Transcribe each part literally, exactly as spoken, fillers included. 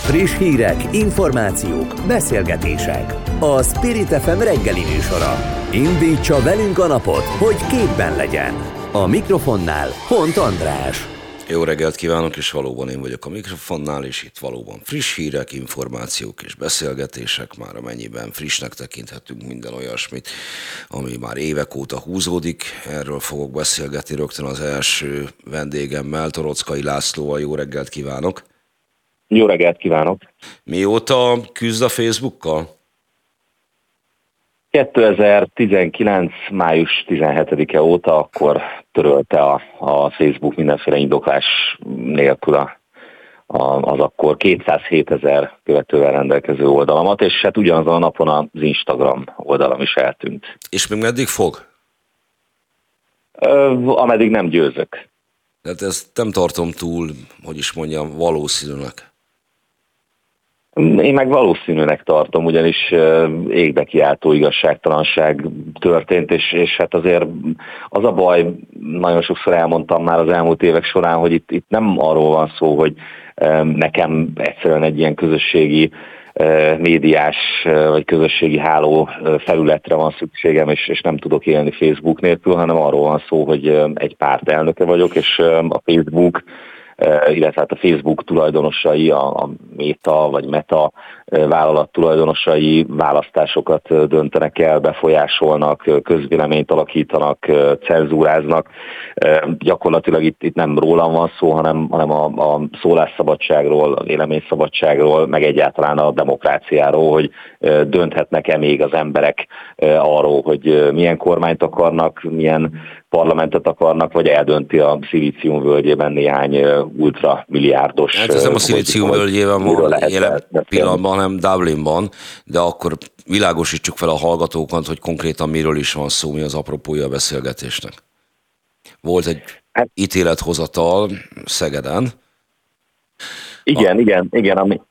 Friss hírek, információk, beszélgetések. A Spirit ef em reggeli műsora. Indítsa velünk a napot, hogy képben legyen. A mikrofonnál Hont András. Jó reggelt kívánok, és valóban én vagyok a mikrofonnál, és itt valóban friss hírek, információk és beszélgetések, már amennyiben frissnek tekinthetünk minden olyasmit, ami már évek óta húzódik. Erről fogok beszélgetni rögtön az első vendégemmel, Torockai Lászlóval. Jó reggelt kívánok! Jó reggelt kívánok! Mióta küzd a Facebookkal? kétezer-tizenkilenc. május tizenhetedike óta, akkor törölte a, a Facebook mindenféle indoklás nélkül a, a, az akkor kétszázhétezer követővel rendelkező oldalamat, és hát ugyanazon a napon az Instagram oldalam is eltűnt. És még meddig fog? Ö, ameddig nem győzök. Tehát ezt nem tartom túl, hogy is mondjam, valószínűleg. Én meg valószínűnek tartom, ugyanis égbe kiáltó igazságtalanság történt, és, és hát azért az a baj, nagyon sokszor elmondtam már az elmúlt évek során, hogy itt, itt nem arról van szó, hogy nekem egyszerűen egy ilyen közösségi médiás vagy közösségi háló felületre van szükségem, és, és nem tudok élni Facebook nélkül, hanem arról van szó, hogy egy párt elnöke vagyok, és a Facebook, illetve hát a Facebook tulajdonosai, a Meta vagy Meta vállalat tulajdonosai választásokat döntenek el, befolyásolnak, közvéleményt alakítanak, cenzúráznak. Gyakorlatilag itt, itt nem rólam van szó, hanem, hanem a, a szólásszabadságról, a véleményszabadságról, meg egyáltalán a demokráciáról, hogy dönthetnek-e még az emberek arról, hogy milyen kormányt akarnak, milyen parlamentet akarnak, vagy eldönti a Szilícium völgyében néhány ultramilliárdos... Hát ez nem a Szilícium völgyében van jelen pillanatban, hanem Dublinban, de akkor világosítsuk fel a hallgatókat, hogy konkrétan miről is van szó, mi az apropója a beszélgetésnek. Volt egy hát, ítélethozatal Szegeden. Igen, a... igen, igen, ami...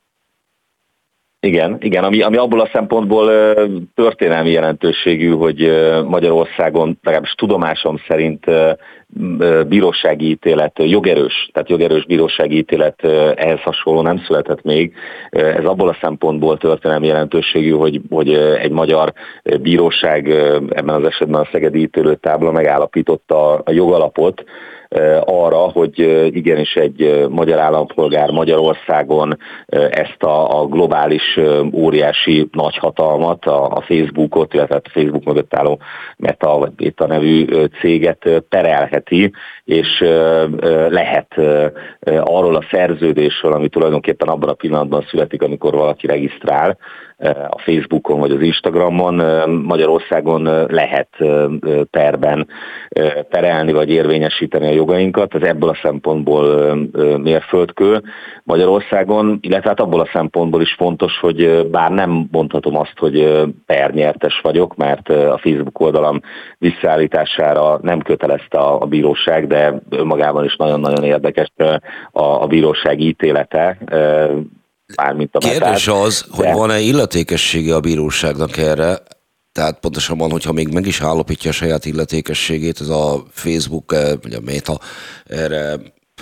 Igen, igen, ami, ami abból a szempontból történelmi jelentőségű, hogy Magyarországon, legalábbis tudomásom szerint bírósági ítélet, jogerős, tehát jogerős bírósági ítélet ehhez hasonló nem született még. Ez abból a szempontból történelmi jelentőségű, hogy, hogy egy magyar bíróság, ebben az esetben a szegedi ítélőtábla megállapította a jogalapot arra, hogy igenis egy magyar állampolgár Magyarországon ezt a, a globális óriási nagyhatalmat, a, a Facebookot, illetve a Facebook mögött álló Meta vagy Meta nevű céget perelheti, és lehet arról a szerződésről, ami tulajdonképpen abban a pillanatban születik, amikor valaki regisztrál a Facebookon vagy az Instagramon, Magyarországon lehet perben perelni vagy érvényesíteni a jogainkat. Ez ebből a szempontból mérföldkő Magyarországon, illetve hát abból a szempontból is fontos, hogy bár nem mondhatom azt, hogy pernyertes vagyok, mert a Facebook oldalam visszaállítására nem kötelezte a bíróság, de önmagában is nagyon-nagyon érdekes a, a bíróság ítélete. A kérdés az, de... hogy van-e illetékessége a bíróságnak erre, tehát pontosabban, hogyha még meg is állapítja a saját illetékességét, ez a Facebook vagy a Meta erre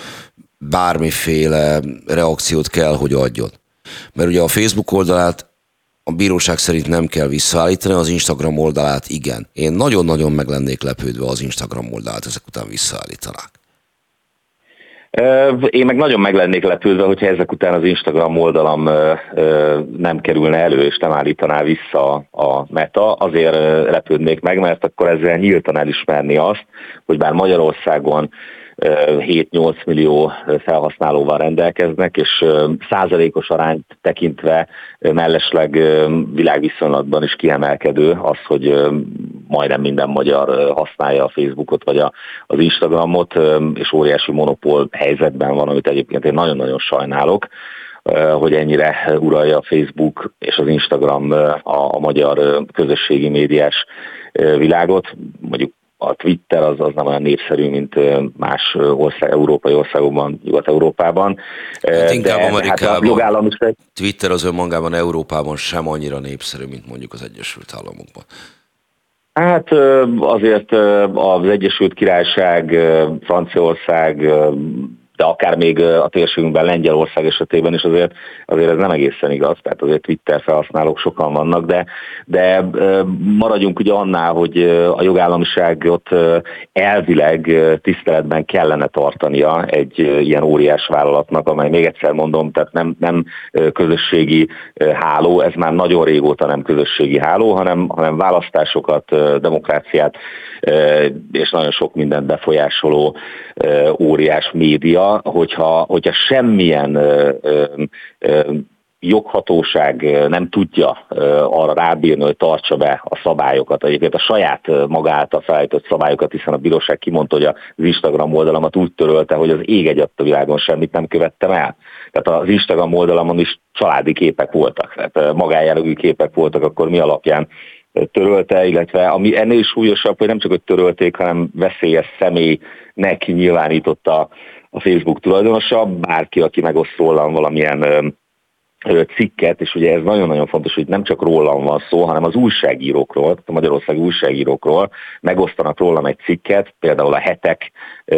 bármiféle reakciót kell, hogy adjon. Mert ugye a Facebook oldalát a bíróság szerint nem kell visszaállítani, az Instagram oldalát igen. Én nagyon-nagyon meg lennék lepődve, az Instagram oldalát ezek után visszaállítanák. Én meg nagyon meg lennék lepődve, hogyha ezek után az Instagram oldalam nem kerülne elő, és nem állítaná vissza a Meta. Azért lepődnék meg, mert akkor ezzel nyíltan elismerni azt, hogy bár Magyarországon hét-nyolc millió felhasználóval rendelkeznek, és százalékos arányt tekintve mellesleg világviszonylatban is kiemelkedő az, hogy majdnem minden magyar használja a Facebookot vagy az Instagramot, és óriási monopól helyzetben van, amit egyébként én nagyon-nagyon sajnálok, hogy ennyire uralja a Facebook és az Instagram a, a magyar közösségi médiás világot. Mondjuk a Twitter az, az nem olyan népszerű, mint más ország, európai országokban, Nyugat-Európában. Hát inkább de, Amerikában. Hát a Twitter az önmagában Európában sem annyira népszerű, mint mondjuk az Egyesült Államokban. Hát azért az Egyesült Királyság, Franciaország, de akár még a térségünkben, Lengyelország esetében is azért, azért ez nem egészen igaz, tehát azért Twitter felhasználók sokan vannak, de, de maradjunk ugye annál, hogy a jogállamiságot elvileg tiszteletben kellene tartania egy ilyen óriás vállalatnak, amely még egyszer mondom, tehát nem, nem közösségi háló, ez már nagyon régóta nem közösségi háló, hanem, hanem választásokat, demokráciát és nagyon sok mindent befolyásoló óriás média, hogyha, hogyha semmilyen joghatóság nem tudja arra rábírni, hogy tartsa be a szabályokat, egyébként a saját maga által felállított szabályokat, hiszen a bíróság kimondta, hogy az Instagram oldalamat úgy törölte, hogy az ég egy adta világon semmit nem követtem el. Tehát az Instagram oldalamon is családi képek voltak, tehát magájellegű képek voltak, akkor mi alapján törölte, illetve ami ennél is súlyosabb, hogy nem csak hogy törölték, hanem veszélyes személynek nyilvánította a Facebook tulajdonosa, bárki, aki megoszt rólam valamilyen cikket, és ugye ez nagyon-nagyon fontos, hogy nem csak rólam van szó, hanem az újságírókról, a magyarországi újságírókról megosztanak rólam egy cikket, például a Hetek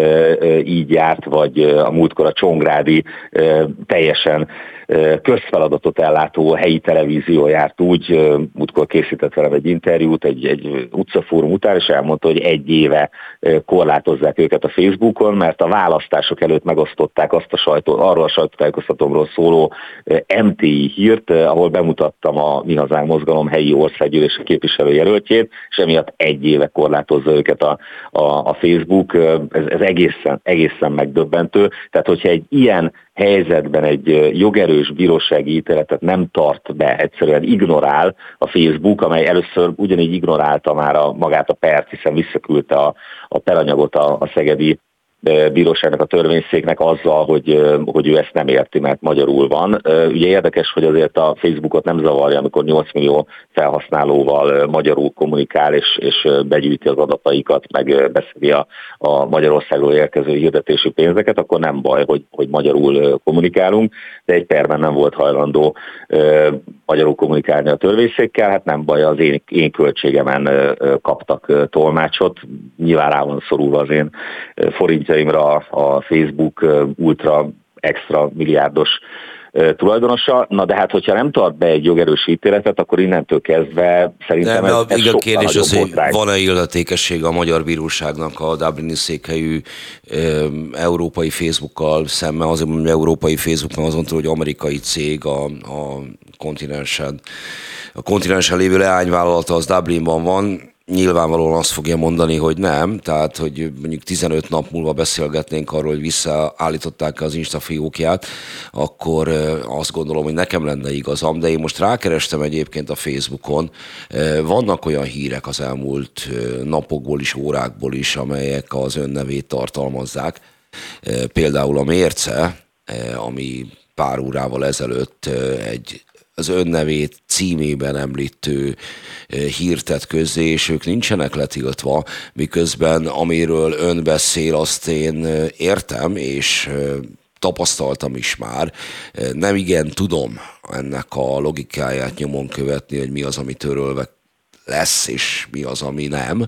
így járt, vagy a múltkor a Csongrádi teljesen közfeladatot ellátó helyi televízió járt úgy, múltkor készített velem egy interjút egy, egy utcafórum után, és elmondta, hogy egy éve korlátozzák őket a Facebookon, mert a választások előtt megosztották azt a sajtó, arról a sajtótájékoztatómról szóló em té i hírt, ahol bemutattam a Mi Hazánk mozgalom helyi országgyűlési képviselőjelöltjét, és emiatt egy éve korlátozza őket a, a, a Facebook. Ez, ez egészen, egészen megdöbbentő. Tehát, hogyha egy ilyen helyzetben egy jogerős bírósági ítéletet nem tart be, egyszerűen ignorál a Facebook, amely először ugyanígy ignorálta már a, magát a pert, hiszen visszaküldte a, a peranyagot a, a szegedi bíróságnak, a törvényszéknek azzal, hogy, hogy ő ezt nem érti, mert magyarul van. Ugye érdekes, hogy azért a Facebookot nem zavarja, amikor nyolc millió felhasználóval magyarul kommunikál, és, és begyűjti az adataikat, meg beszéli a, a Magyarországról érkező hirdetési pénzeket, akkor nem baj, hogy, hogy magyarul kommunikálunk, de egy perben nem volt hajlandó magyarul kommunikálni a törvényszékkel, hát nem baj, az én, én költségemen kaptak tolmácsot, nyilván rá van szorulva az én forintjaimra a Facebook ultra extra milliárdos tulajdonosa. Na de hát, hogyha nem tart be egy jogerős ítéletet, akkor innentől kezdve szerintem nem, ez, ez igen, kérdés az, hogy botrány. Van-e illetékessége a magyar bíróságnak a dublini székhelyű e, európai Facebookkal szemben, azért mondom, európai Facebook, mert azon túl, hogy amerikai cég a, a kontinensen, a kontinensen lévő leányvállalata az Dublinban van, nyilvánvalóan azt fogja mondani, hogy nem, tehát, hogy mondjuk tizenöt nap múlva beszélgetnénk arról, hogy visszaállították az Insta fiókját, akkor azt gondolom, hogy nekem lenne igazam, de én most rákerestem egyébként a Facebookon, vannak olyan hírek az elmúlt napokból is, órákból is, amelyek az önnevét tartalmazzák, például a Mérce, ami pár órával ezelőtt egy az önnevét címében említő hírt tett közzé, és ők nincsenek letiltva, miközben amiről ön beszél, azt én értem, és tapasztaltam is már. Nem igen tudom ennek a logikáját nyomon követni, hogy mi az, ami törölve lesz, és mi az, ami nem.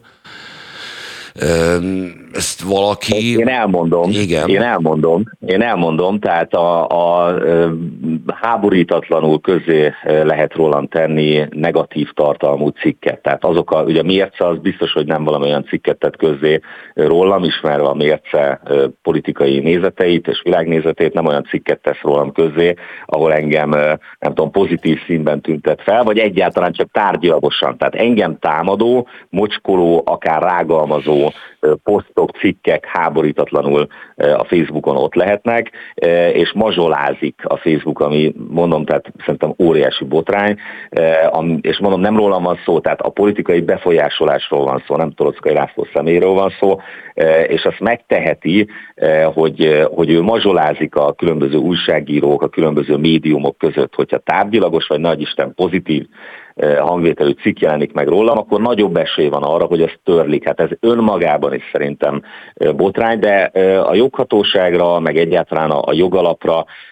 Ezt valaki... Én elmondom, igen. én elmondom, én elmondom, tehát a, a háborítatlanul közé lehet rólam tenni negatív tartalmú cikket. Tehát azok a, ugye a Mérce az biztos, hogy nem valami olyan cikket tett közzé rólam, ismerve a Mérce politikai nézeteit és világnézetét, nem olyan cikket tesz rólam közzé, ahol engem, nem tudom, pozitív színben tüntet fel, vagy egyáltalán csak tárgyilagosan. Tehát engem támadó, mocskoló, akár rágalmazó posztok, cikkek háborítatlanul a Facebookon ott lehetnek, és mazsolázik a Facebook, ami mondom, tehát szerintem óriási botrány, és mondom, nem rólam van szó, tehát a politikai befolyásolásról van szó, nem Torockai László személyről van szó, és azt megteheti, hogy, hogy ő mazsolázik a különböző újságírók, a különböző médiumok között, hogyha tárgyilagos vagy nagyisten pozitív hangvételű cikk jelenik meg rólam, akkor nagyobb esély van arra, hogy ezt törlik. Hát ez önmagában is szerintem botrány, de a joghatóságra, meg egyáltalán a jogalapra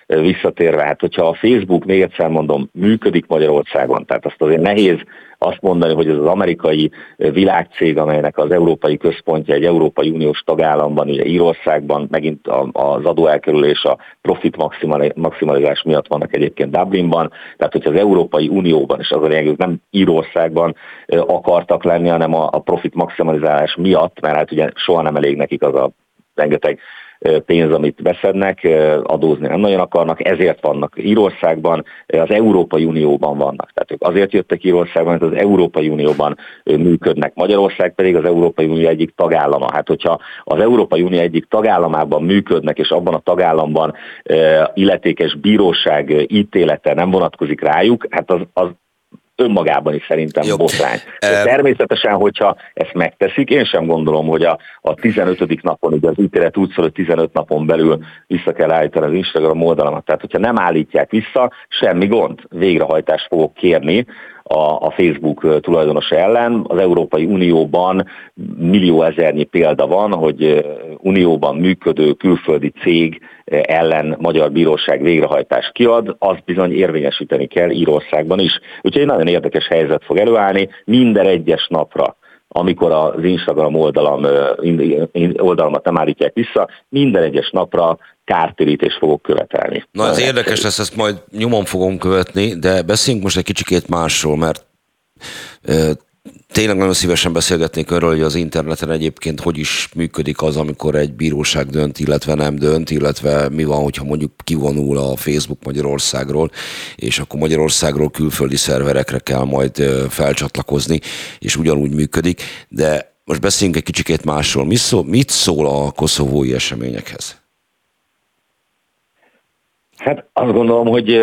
visszatérve, hát hogyha a Facebook, még egyszer mondom, működik Magyarországon, tehát azt azért nehéz azt mondani, hogy ez az amerikai világcég, amelynek az európai központja egy Európai Uniós tagállamban, ugye Írországban, megint az adóelkerülés, a profit maximalizás miatt vannak egyébként Dublinban, tehát hogyha az Európai Unióban, és az a lényeg, nem Írországban akartak lenni, hanem a profit maximalizálás miatt, mert hát ugye soha nem elég nekik az a rengeteg pénz, amit beszednek, adózni nem nagyon akarnak, ezért vannak Írországban, az Európai Unióban vannak. Tehát ők azért jöttek Írországban, mert az Európai Unióban működnek. Magyarország pedig az Európai Unió egyik tagállama. Hát hogyha az Európai Unió egyik tagállamában működnek, és abban a tagállamban illetékes bíróság ítélete nem vonatkozik rájuk, hát az, az önmagában is szerintem Jobb. botrány. De természetesen, hogyha ezt megteszik, én sem gondolom, hogy a, a tizenötödik napon, ugye az ítélet úgy szól, hogy tizenöt napon belül vissza kell állítani az Instagram oldalamat. Tehát, hogyha nem állítják vissza, semmi gond. Végrehajtást fogok kérni a Facebook tulajdonosa ellen. Az Európai Unióban millió ezernyi példa van, hogy unióban működő külföldi cég ellen magyar bíróság végrehajtást kiad, azt bizony érvényesíteni kell Írországban is. Úgyhogy egy nagyon érdekes helyzet fog előállni minden egyes napra, amikor az Instagram oldalam, oldalamat nem állítják vissza, minden egyes napra kártérítést fogok követelni. Na ez érdekes lesz, ezt majd nyomon fogom követni, de beszéljünk most egy kicsikét másról, mert e, tényleg nagyon szívesen beszélgetnék arról, hogy az interneten egyébként hogy is működik az, amikor egy bíróság dönt, illetve nem dönt, illetve mi van, hogyha mondjuk kivonul a Facebook Magyarországról, és akkor Magyarországról külföldi szerverekre kell majd felcsatlakozni, és ugyanúgy működik, de most beszéljünk egy kicsikét másról. Mit szól, mit szól a koszovói eseményekhez? Hát azt gondolom, hogy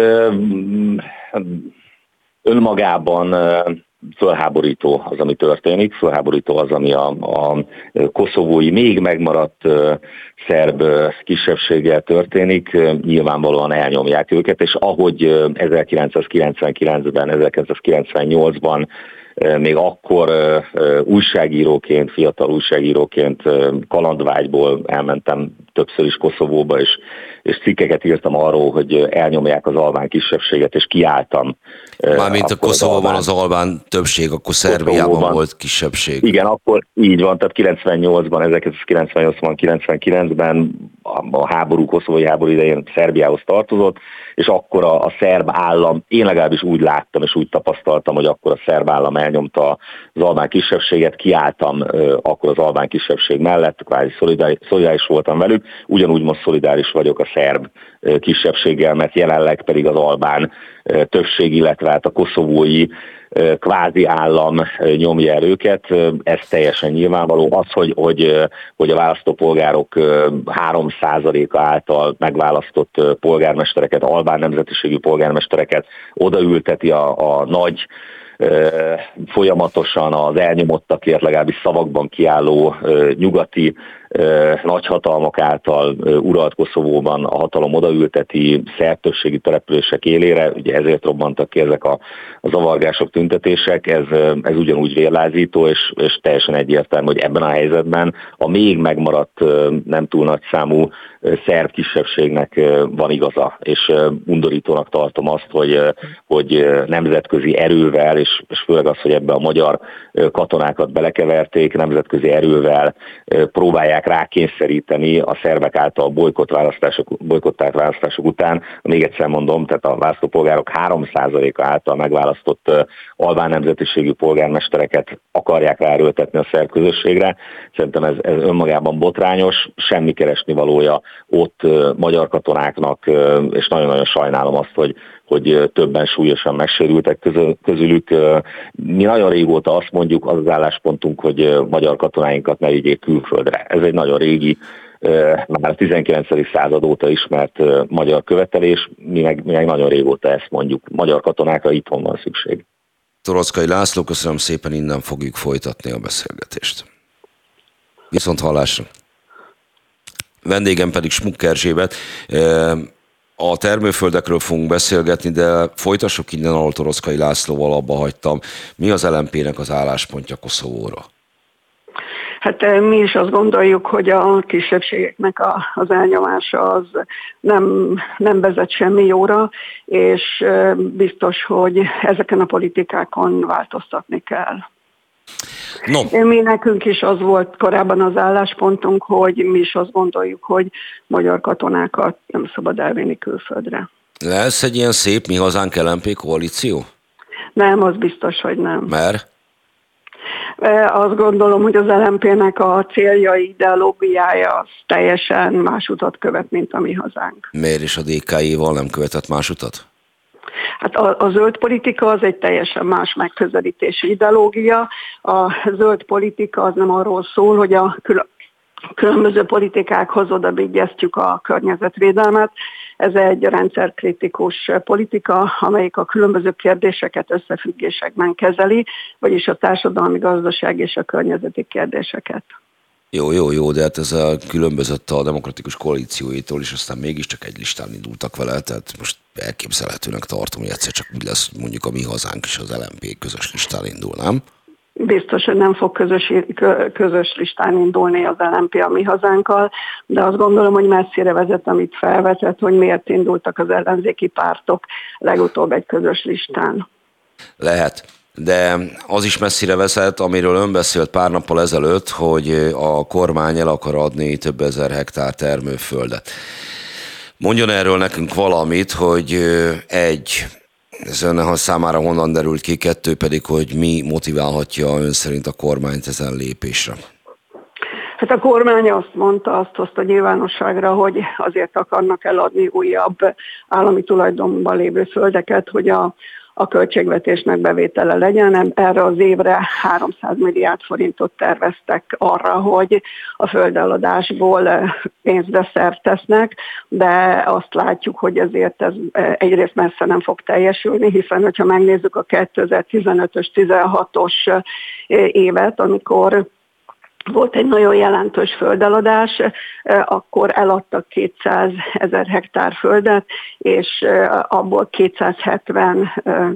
önmagában fölháborító az, ami történik, fölháborító az, ami a, a koszovói még megmaradt szerb kisebbséggel történik, nyilvánvalóan elnyomják őket, és ahogy ezerkilencszázkilencvenkilencben, ezerkilencszázkilencvennyolcban még akkor újságíróként, fiatal újságíróként kalandvágyból elmentem többször is Koszovóba, és, és cikkeket írtam arról, hogy elnyomják az albán kisebbséget, és kiálltam. Mármint a Koszovóban az albán többség, akkor Szerbiában volt kisebbség. Igen, akkor így van, tehát kilencvennyolcban, ezerkilencszázkilencvennyolcban, kilencvenkilencben a háború, koszovói háború idején Szerbiához tartozott, és akkor a, a szerb állam, én legalábbis úgy láttam, és úgy tapasztaltam, hogy akkor a szerb állam elnyomta az albán kisebbséget, kiálltam akkor az albán kisebbség mellett, kvázi szolidáris voltam velük, ugyanúgy most szolidáris vagyok a szerb kisebbséggel, mert jelenleg pedig az albán többség, illetve hát a koszovói kvázi állam nyomja el őket, ez teljesen nyilvánvaló. Az, hogy, hogy, hogy a választópolgárok három százaléka által megválasztott polgármestereket, albán nemzetiségű polgármestereket odaülteti a, a nagy, folyamatosan az elnyomottakért legalábbis szavakban kiálló nyugati nagyhatalmak által uralt Koszovóban, a hatalom odaülteti szerb többségi települések élére, ugye ezért robbantak ki ezek a, a zavargások, tüntetések, ez, ez ugyanúgy vérlázító, és, és teljesen egyértelmű, hogy ebben a helyzetben a még megmaradt nem túl nagy számú szerb kisebbségnek van igaza, és undorítónak tartom azt, hogy, hogy nemzetközi erővel, és, és főleg az, hogy ebbe a magyar katonákat belekeverték, nemzetközi erővel próbálják rákényszeríteni a szerbek által bolykott választások, bolykottált választások után. Még egyszer mondom, tehát a választópolgárok három százaléka által megválasztott albán nemzetiségű polgármestereket akarják ráerőltetni a szerb közösségre. Szerintem ez, ez önmagában botrányos, semmi keresnivalója ott magyar katonáknak, és nagyon-nagyon sajnálom azt, hogy hogy többen súlyosan megsérültek közül, közülük. Mi nagyon régóta azt mondjuk, az az álláspontunk, hogy magyar katonáinkat ne vigyék külföldre. Ez egy nagyon régi, már a tizenkilencedik század óta ismert magyar követelés, mi meg, mi meg nagyon régóta ezt mondjuk. Magyar katonákra itthon van szükség. Toroczkai László, köszönöm szépen, innen fogjuk folytatni a beszélgetést. Viszont hallásra. Vendégem pedig Smuk Erzsébet. A termőföldekről fogunk beszélgetni, de folytassuk innen, ahol Toroczkai Lászlóval abba hagytam. Mi az el em pé-nek az álláspontja Koszovóra? Hát mi is azt gondoljuk, hogy a kisebbségeknek a, az elnyomása az nem, nem vezet semmi jóra, és biztos, hogy ezeken a politikákon változtatni kell. No. Mi nekünk is az volt korábban az álláspontunk, hogy mi is azt gondoljuk, hogy magyar katonákat nem szabad elvinni külföldre. Lesz egy ilyen szép Mi Hazánk el em pé koalíció? Nem, az biztos, hogy nem. Mert? Azt gondolom, hogy az el em pének a célja, ideológiája az teljesen más utat követ, mint a Mi Hazánk. Miért is a dé ká i-val nem követett más utat? Hát a, a zöld politika az egy teljesen más megközelítési ideológia. A zöld politika az nem arról szól, hogy a kül- különböző politikákhoz odabigyeztjük a környezetvédelmet. Ez egy rendszerkritikus politika, amelyik a különböző kérdéseket összefüggésekben kezeli, vagyis a társadalmi, gazdaság és a környezeti kérdéseket. Jó, jó, jó, de hát ez a különbözött a demokratikus koalícióitól, és aztán mégiscsak egy listán indultak vele, tehát most elképzelhetőnek tartom, hogy egyszer csak lesz mondjuk a Mi Hazánk és az el em pé közös listán indul, nem? Biztos, hogy nem fog közös, közös listán indulni az el em pé a Mi Hazánkkal, de azt gondolom, hogy messzire vezet, amit felvetett, hogy miért indultak az ellenzéki pártok legutóbb egy közös listán. Lehet, de az is messzire vezet, amiről ön beszélt pár nappal ezelőtt, hogy a kormány el akar adni több ezer hektár termőföldet. Mondjon erről nekünk valamit, hogy egy... Ez ön számára honnan derült ki, kettő pedig, hogy mi motiválhatja ön szerint a kormányt ezen lépésre? Hát a kormány azt mondta, azt hozta nyilvánosságra, hogy azért akarnak eladni újabb állami tulajdonban lévő földeket, hogy a, a költségvetésnek bevétele legyen. Erre az évre háromszáz milliárd forintot terveztek arra, hogy a földeladásból pénzre szert tesznek, de azt látjuk, hogy ezért ez egyrészt messze nem fog teljesülni, hiszen hogyha megnézzük a kétezer-tizenötös tizenhatos évet, amikor volt egy nagyon jelentős földeladás, akkor eladtak kétszázezer hektár földet, és abból kétszázhetven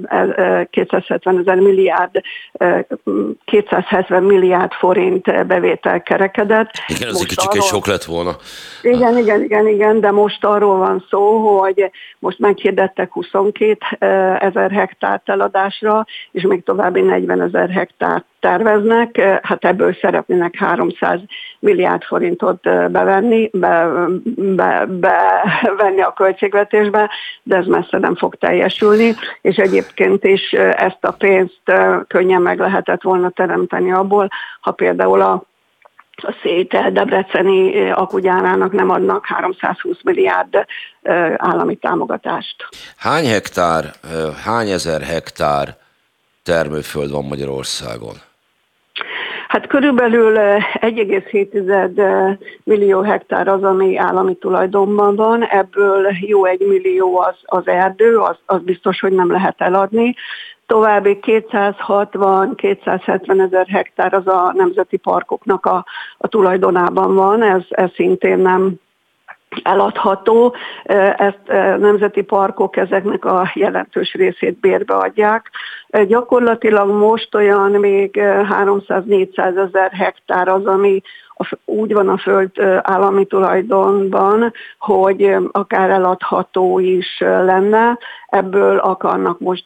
ezer milliárd, kétszázhetven milliárd forint bevétel kerekedett. Igen, ez egy kicsit egy sok lett volna. Igen, igen, igen, igen, de most arról van szó, hogy most meghirdettek huszonkét ezer hektárt eladásra, és még további negyven ezer hektárt terveznek, hát ebből szeretnének háromszáz milliárd forintot bevenni, be, be, bevenni a költségvetésbe, de ez messze nem fog teljesülni, és egyébként is ezt a pénzt könnyen meg lehetett volna teremteni abból, ha például a a Szétel debreceni akugyárának nem adnak háromszázhúsz milliárd állami támogatást. Hány hektár, hány ezer hektár termőföld van Magyarországon? Hát körülbelül egy egész hét millió hektár az, ami állami tulajdonban van, ebből jó egy millió az, az erdő, az, az biztos, hogy nem lehet eladni. További kétszázhatvan-kétszázhetven ezer hektár az a nemzeti parkoknak a, a tulajdonában van, ez, ez szintén nem eladható. Ezt nemzeti parkok ezeknek a jelentős részét bérbe adják. Gyakorlatilag most olyan még háromszáz-négyszáz ezer hektár az, ami úgy van a föld állami tulajdonban, hogy akár eladható is lenne. Ebből akarnak most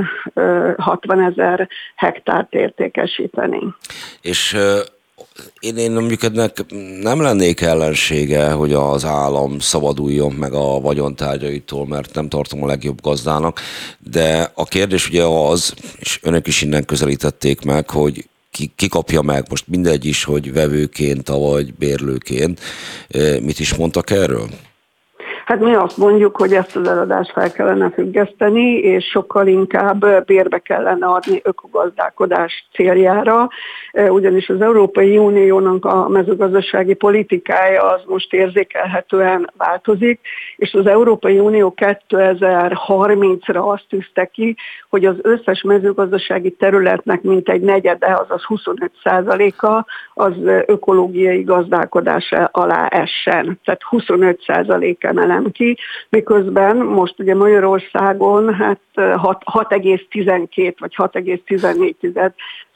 hatvan ezer hektárt értékesíteni. És Én, én mondjuk ennek nem lennék ellensége, hogy az állam szabaduljon meg a vagyontárgyaitól, mert nem tartom a legjobb gazdának, de a kérdés ugye az, és önök is innen közelítették meg, hogy ki, ki kapja meg, most mindegy is, hogy vevőként, vagy bérlőként. Mit is mondtak erről? Hát mi azt mondjuk, hogy ezt az eladást fel kellene függeszteni, és sokkal inkább bérbe kellene adni ökogazdálkodás céljára, ugyanis az Európai Uniónak a mezőgazdasági politikája az most érzékelhetően változik, és az Európai Unió kétezer-harmincra azt tűzte ki, hogy az összes mezőgazdasági területnek mintegy negyede, azaz huszonöt százaléka az ökológiai gazdálkodás alá essen. Tehát huszonöt százalék emelem ki, miközben most ugye Magyarországon hát hat egész tizenkét vagy hat egész tizennégy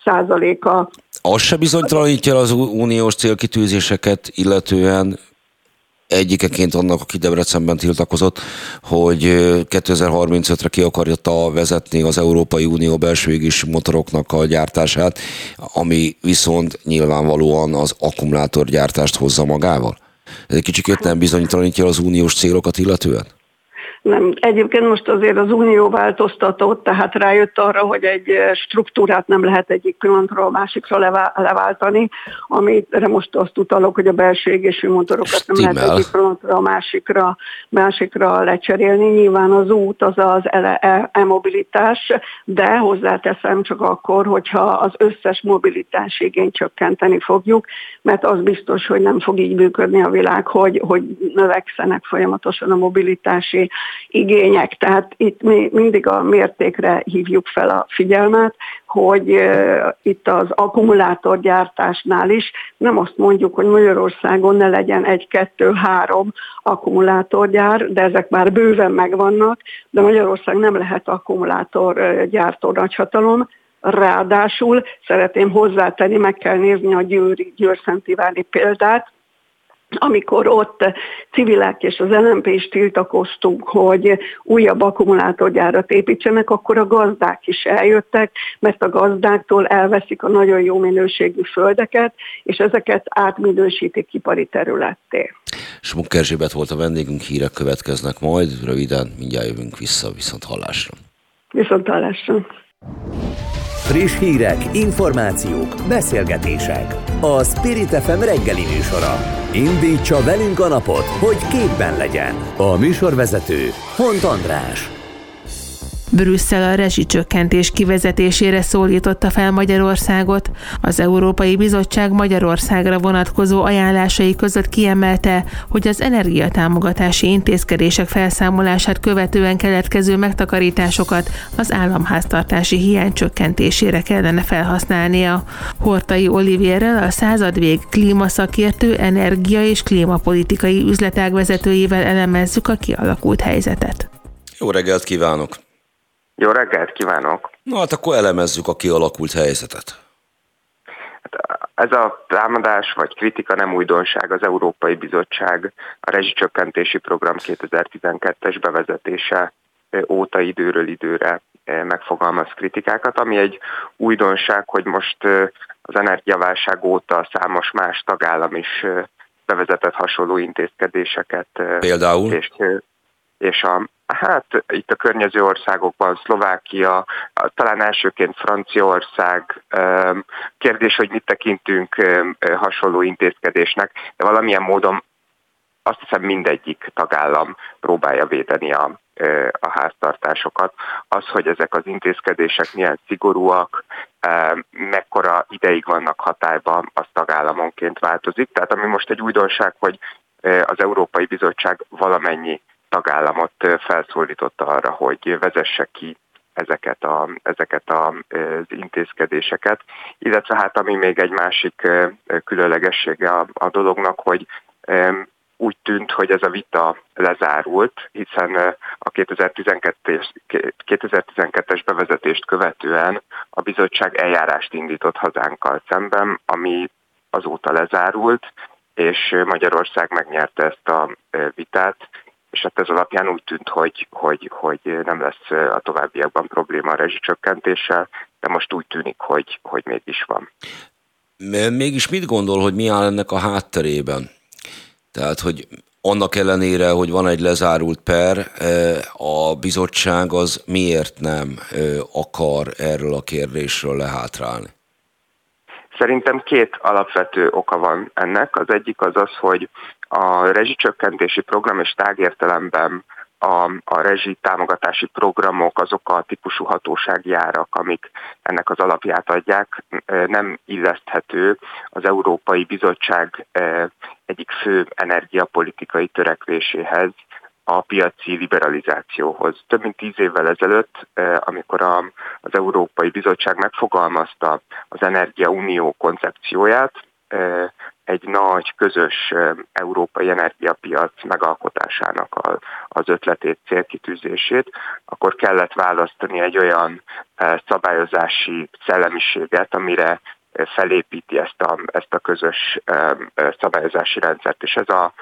százaléka. Az se bizonytalanítja az uniós célkitűzéseket, illetően egyikeként annak, aki Debrecenben tiltakozott, hogy kétezer-harmincötre ki akarja vezetni az Európai Unió belső égésű motoroknak a gyártását, ami viszont nyilvánvalóan az akkumulátorgyártást hozza magával. Ez egy kicsikét nem bizonytalanítja az uniós célokat illetően? Nem. Egyébként most azért az Unió változtatott, tehát rájött arra, hogy egy struktúrát nem lehet egyik pillanatról a másikra leváltani, amire most azt utalok, hogy a belső égésű motorokat nem Stimmel. lehet egyik pillanatról a másikra, másikra lecserélni. Nyilván az út az az e-mobilitás, de hozzáteszem csak akkor, hogyha az összes mobilitás igényt csökkenteni fogjuk, mert az biztos, hogy nem fog így működni a világ, hogy, hogy növekszenek folyamatosan a mobilitási igények. Tehát itt mi mindig a mértékre hívjuk fel a figyelmet, hogy uh, itt az akkumulátorgyártásnál is nem azt mondjuk, hogy Magyarországon ne legyen egy, kettő, három akkumulátorgyár, de ezek már bőven megvannak, de Magyarország nem lehet akkumulátorgyártó nagyhatalom. Ráadásul szeretném hozzátenni, meg kell nézni a Győri, Győr-Szent-Iváni példát, amikor ott civilek és az el em pé is tiltakoztunk, hogy újabb akkumulátorgyárat építsenek, akkor a gazdák is eljöttek, mert a gazdáktól elveszik a nagyon jó minőségű földeket, és ezeket átminősítik ipari területté. Smuk Erzsébet volt a vendégünk, hírek következnek majd, röviden mindjárt jövünk vissza, viszont hallásra. Viszont hallásra. Friss hírek, információk, beszélgetések. A Spirit ef em reggeli műsora. Indítsa velünk a napot, hogy képben legyen. A műsorvezető Hont András. Brüsszel a rezsicsökkentés kivezetésére szólította fel Magyarországot. Az Európai Bizottság Magyarországra vonatkozó ajánlásai között kiemelte, hogy az energiatámogatási intézkedések felszámolását követően keletkező megtakarításokat az államháztartási hiány csökkentésére kellene felhasználnia. Horthy Olivérrel, a Századvég klímaszakértő, energia- és klímapolitikai üzletág vezetőjével elemezzük a kialakult helyzetet. Jó reggelt kívánok! Jó reggelt kívánok! Na hát akkor elemezzük a kialakult helyzetet. Ez a támadás vagy kritika nem újdonság. Az Európai Bizottság a rezsicsökkentési program kétezer-tizenkettes bevezetése óta időről időre megfogalmaz kritikákat, ami egy újdonság, hogy most az energiaválság óta számos más tagállam is bevezetett hasonló intézkedéseket. Például? És, és a Hát itt a környező országokban, Szlovákia, talán elsőként Franciaország, kérdés, hogy mit tekintünk hasonló intézkedésnek, de valamilyen módon azt hiszem mindegyik tagállam próbálja védeni a, a háztartásokat. Az, hogy ezek az intézkedések milyen szigorúak, mekkora ideig vannak hatályban, az tagállamonként változik. Tehát ami most egy újdonság, hogy az Európai Bizottság valamennyi tagállamot felszólította arra, hogy vezesse ki ezeket, a, ezeket a, az intézkedéseket. Illetve hát ami még egy másik különlegessége a, a dolognak, hogy úgy tűnt, hogy ez a vita lezárult, hiszen a kétezer-tizenkettes bevezetést követően a bizottság eljárást indított hazánkkal szemben, ami azóta lezárult, és Magyarország megnyerte ezt a vitát, és hát ez alapján úgy tűnt, hogy, hogy, hogy nem lesz a továbbiakban probléma a rezsicsökkentéssel, de most úgy tűnik, hogy, hogy mégis van. Mégis mit gondol, hogy mi áll ennek a hátterében? Tehát, hogy annak ellenére, hogy van egy lezárult per, a bizottság az miért nem akar erről a kérdésről lehátrálni? Szerintem két alapvető oka van ennek. Az egyik az az, hogy a rezsicsökkentési program és tágértelemben a, a rezsi támogatási programok, azok a típusú hatósági árak, amik ennek az alapját adják, nem illeszthető az Európai Bizottság egyik fő energiapolitikai törekvéséhez, a piaci liberalizációhoz. Több mint tíz évvel ezelőtt, amikor a, az Európai Bizottság megfogalmazta az Energiaunió koncepcióját, egy nagy, közös európai energiapiac megalkotásának a, az ötletét, célkitűzését, akkor kellett választani egy olyan szabályozási szellemiséget, amire felépíti ezt a, ezt a közös szabályozási rendszert, és ez a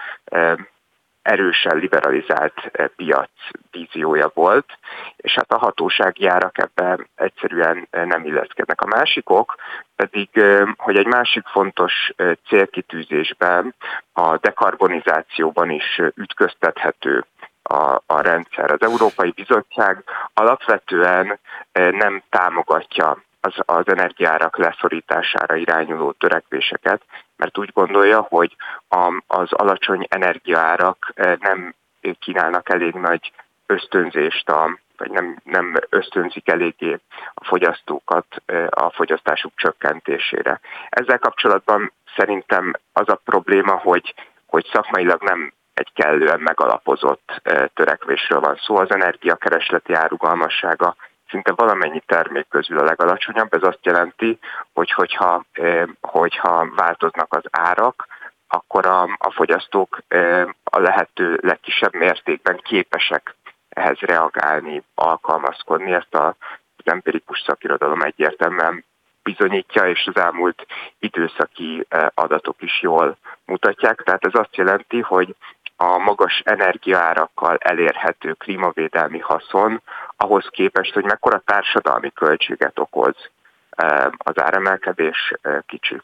erősen liberalizált piac víziója volt, és hát a hatósági árak ebben egyszerűen nem illeszkednek. A másikok pedig, hogy egy másik fontos célkitűzésben, a dekarbonizációban is ütköztethető a, a rendszer. Az Európai Bizottság alapvetően nem támogatja az, az energiaárak leszorítására irányuló törekvéseket, mert úgy gondolja, hogy a, az alacsony energiaárak nem kínálnak elég nagy ösztönzést, a, vagy nem, nem ösztönzik eléggé a fogyasztókat a fogyasztásuk csökkentésére. Ezzel kapcsolatban szerintem az a probléma, hogy, hogy szakmailag nem egy kellően megalapozott törekvésről van szó. Az energiakeresleti árugalmassága szinte valamennyi termék közül a legalacsonyabb. Ez azt jelenti, hogy hogyha, hogyha változnak az árak, akkor a, a fogyasztók a lehető legkisebb mértékben képesek ehhez reagálni, alkalmazkodni. Ezt az empirikus szakirodalom egyértelműen bizonyítja, és az elmúlt időszaki adatok is jól mutatják. Tehát ez azt jelenti, hogy a magas energiaárakkal elérhető klímavédelmi haszon ahhoz képest, hogy mekkora társadalmi költséget okoz az áremelkedés, kicsi.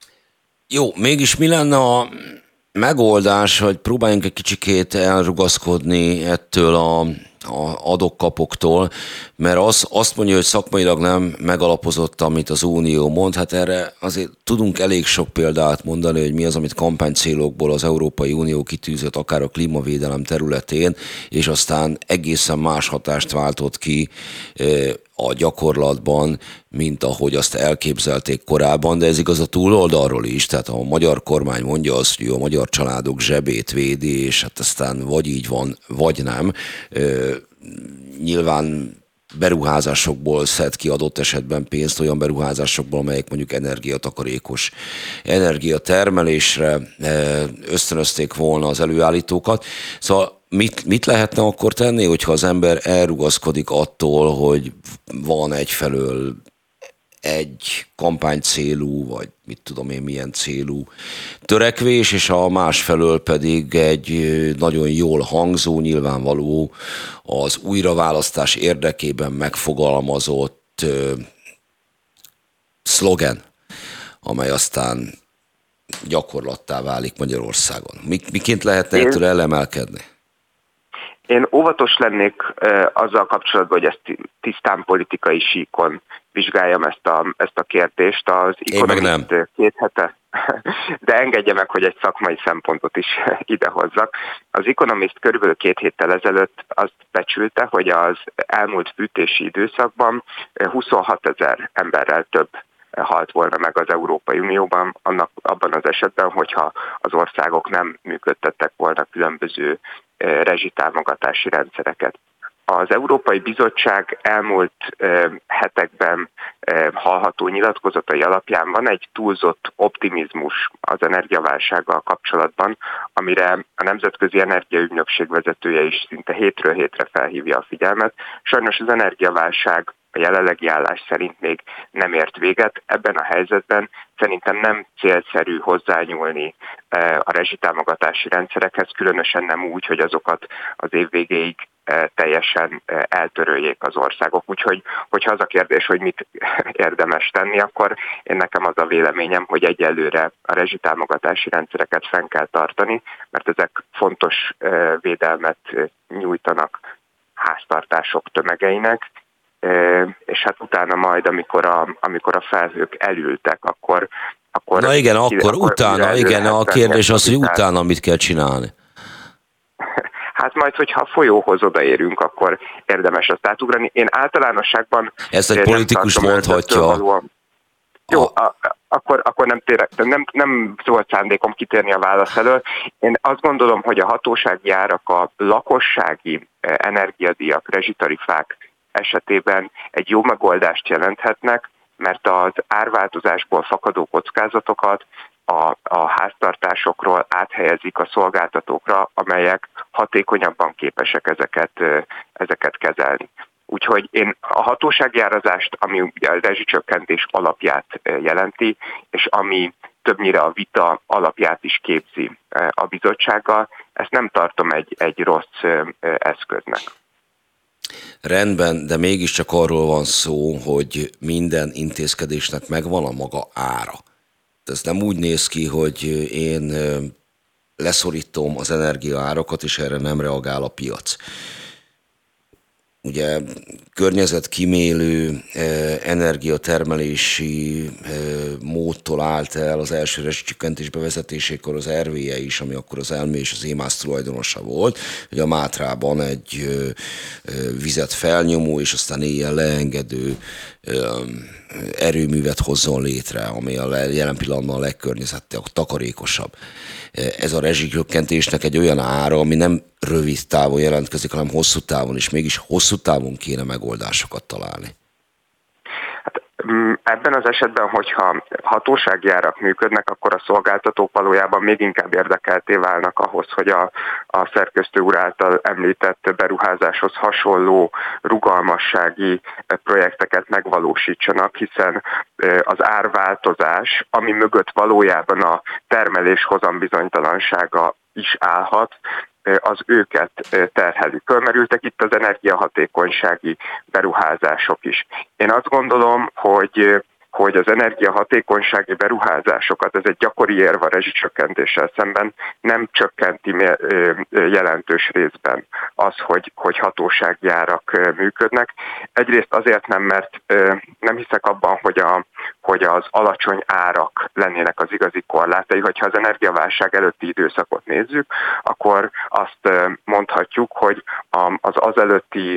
Jó, mégis mi lenne a megoldás, hogy próbáljunk egy kicsikét elrugaszkodni ettől a, a adok-kapoktól, mert az, azt mondja, hogy szakmailag nem megalapozott, amit az Unió mond. Hát erre azért tudunk elég sok példát mondani, hogy mi az, amit kampánycélokból az Európai Unió kitűzött, akár a klímavédelem területén, és aztán egészen más hatást váltott ki a gyakorlatban, mint ahogy azt elképzelték korábban, de ez igaz a túloldalról is, tehát a magyar kormány mondja azt, hogy a magyar családok zsebét védi, és hát aztán vagy így van, vagy nem. Nyilván beruházásokból szed ki adott esetben pénzt, olyan beruházásokból, amelyek mondjuk energiatakarékos energiatermelésre ösztönözték volna az előállítókat. Szóval mit, mit lehetne akkor tenni, hogyha az ember elrugaszkodik attól, hogy van egyfelől egy kampánycélú, vagy mit tudom én milyen célú törekvés, és a másfelől pedig egy nagyon jól hangzó, nyilvánvaló az újraválasztás érdekében megfogalmazott ö, szlogen, amely aztán gyakorlattá válik Magyarországon. Miként lehetne ettől elemelkedni? Én óvatos lennék e, azzal kapcsolatban, hogy ezt tisztán politikai síkon vizsgáljam ezt a, ezt a kérdést. Az Economist két hete, de engedje meg, hogy egy szakmai szempontot is idehozzak. Az Economist körülbelül két héttel ezelőtt azt becsülte, hogy az elmúlt fűtési időszakban huszonhat ezer emberrel több halt volna meg az Európai Unióban, annak, abban az esetben, hogyha az országok nem működtettek volna különböző rezsitámogatási rendszereket. Az Európai Bizottság elmúlt hetekben hallható nyilatkozatai alapján van egy túlzott optimizmus az energiaválsággal kapcsolatban, amire a Nemzetközi Energiaügynökség vezetője is szinte hétről hétre felhívja a figyelmet. Sajnos az energiaválság a jelenlegi állás szerint még nem ért véget. Ebben a helyzetben szerintem nem célszerű hozzányúlni a rezsitámogatási rendszerekhez, különösen nem úgy, hogy azokat az év végéig teljesen eltöröljék az országok. Úgyhogy, hogyha az a kérdés, hogy mit érdemes tenni, akkor én nekem az a véleményem, hogy egyelőre a rezsitámogatási rendszereket fenn kell tartani, mert ezek fontos védelmet nyújtanak háztartások tömegeinek, és hát utána majd, amikor a, amikor a felhők elültek, akkor... akkor Na igen, akkor, akkor utána, igen, a kérdés az, hogy utána mit kell csinálni. Hát majd, hogyha a folyóhoz odaérünk, akkor érdemes azt átugrani. Én általánosságban... Ezt egy politikus mondhatja. Jó, a, akkor, akkor nem, térek, nem, nem volt szándékom kitérni a válasz elől. Én azt gondolom, hogy a hatósági árak, a lakossági energiadíjak, rezsitarifák esetében egy jó megoldást jelenthetnek, mert az árváltozásból fakadó kockázatokat a, a háztartásokról áthelyezik a szolgáltatókra, amelyek hatékonyabban képesek ezeket, ezeket kezelni. Úgyhogy én a hatósági árazást, ami ugye a rezsicsökkentés alapját jelenti, és ami többnyire a vita alapját is képzi a bizottsággal, ezt nem tartom egy, egy rossz eszköznek. Rendben, de mégiscsak arról van szó, hogy minden intézkedésnek megvan a maga ára. Ez nem úgy néz ki, hogy én leszorítom az energiaárakat, és erre nem reagál a piac. Ugye környezetkímélő energiatermelési módtól állt el az első rezsicsökkentés bevezetésékor az er vé e is, ami akkor az Elmé és az Émász tulajdonosa volt, hogy a Mátrában egy vizet felnyomó és aztán éjjel leengedő erőművet hozzon létre, ami a jelen pillanatban a legkörnyezettakarékosabb. Ez a rezsicsökkentésnek egy olyan ára, ami nem rövid távon jelentkezik, hanem hosszú távon, és mégis hosszú távon kéne megoldásokat találni. Hát, ebben az esetben, hogyha hatósági árak működnek, akkor a szolgáltatók valójában még inkább érdekelté válnak ahhoz, hogy a, a szerkesztő úr által említett beruházáshoz hasonló rugalmassági projekteket megvalósítsanak, hiszen az árváltozás, ami mögött valójában a termelés hozambizonytalansága is állhat, az őket terheli. Fölmerültek itt az energiahatékonysági beruházások is. Én azt gondolom, hogy hogy az energiahatékonysági beruházásokat, ez egy gyakori érv a rezsicsökkentéssel szemben, nem csökkenti jelentős részben az, hogy, hogy hatósági árak működnek. Egyrészt azért nem, mert nem hiszek abban, hogy, a, hogy az alacsony árak lennének az igazi korlátai. Hogyha az energiaválság előtti időszakot nézzük, akkor azt mondhatjuk, hogy az azelőtti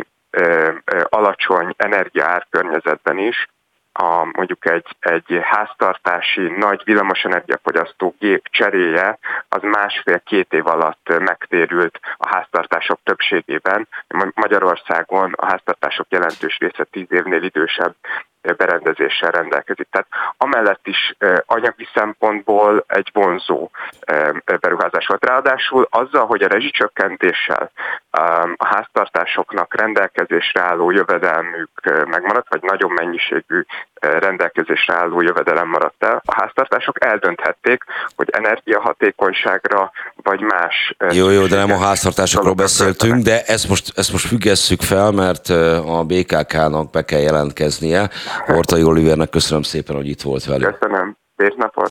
alacsony energiaár környezetben is A, mondjuk egy, egy háztartási nagy villamosenergiafogyasztó gép cseréje az másfél-két év alatt megtérült a háztartások többségében. Magyarországon a háztartások jelentős része tíz évnél idősebb berendezéssel rendelkezik. Tehát amellett is anyagi szempontból egy vonzó beruházás volt. Ráadásul azzal, hogy a rezsicsökkentéssel a háztartásoknak rendelkezésre álló jövedelmük megmaradt, vagy nagyon mennyiségű rendelkezésre álló jövedelem maradt el, a háztartások eldönthették, hogy energiahatékonyságra vagy más... Jó, jó, de nem a háztartásokról beszéltünk, de ezt most, ezt most függesszük fel, mert a bé ká ká-nak be kell jelentkeznie. Hortai Olivernek köszönöm szépen, hogy itt volt velünk. Köszönöm. Szép napot.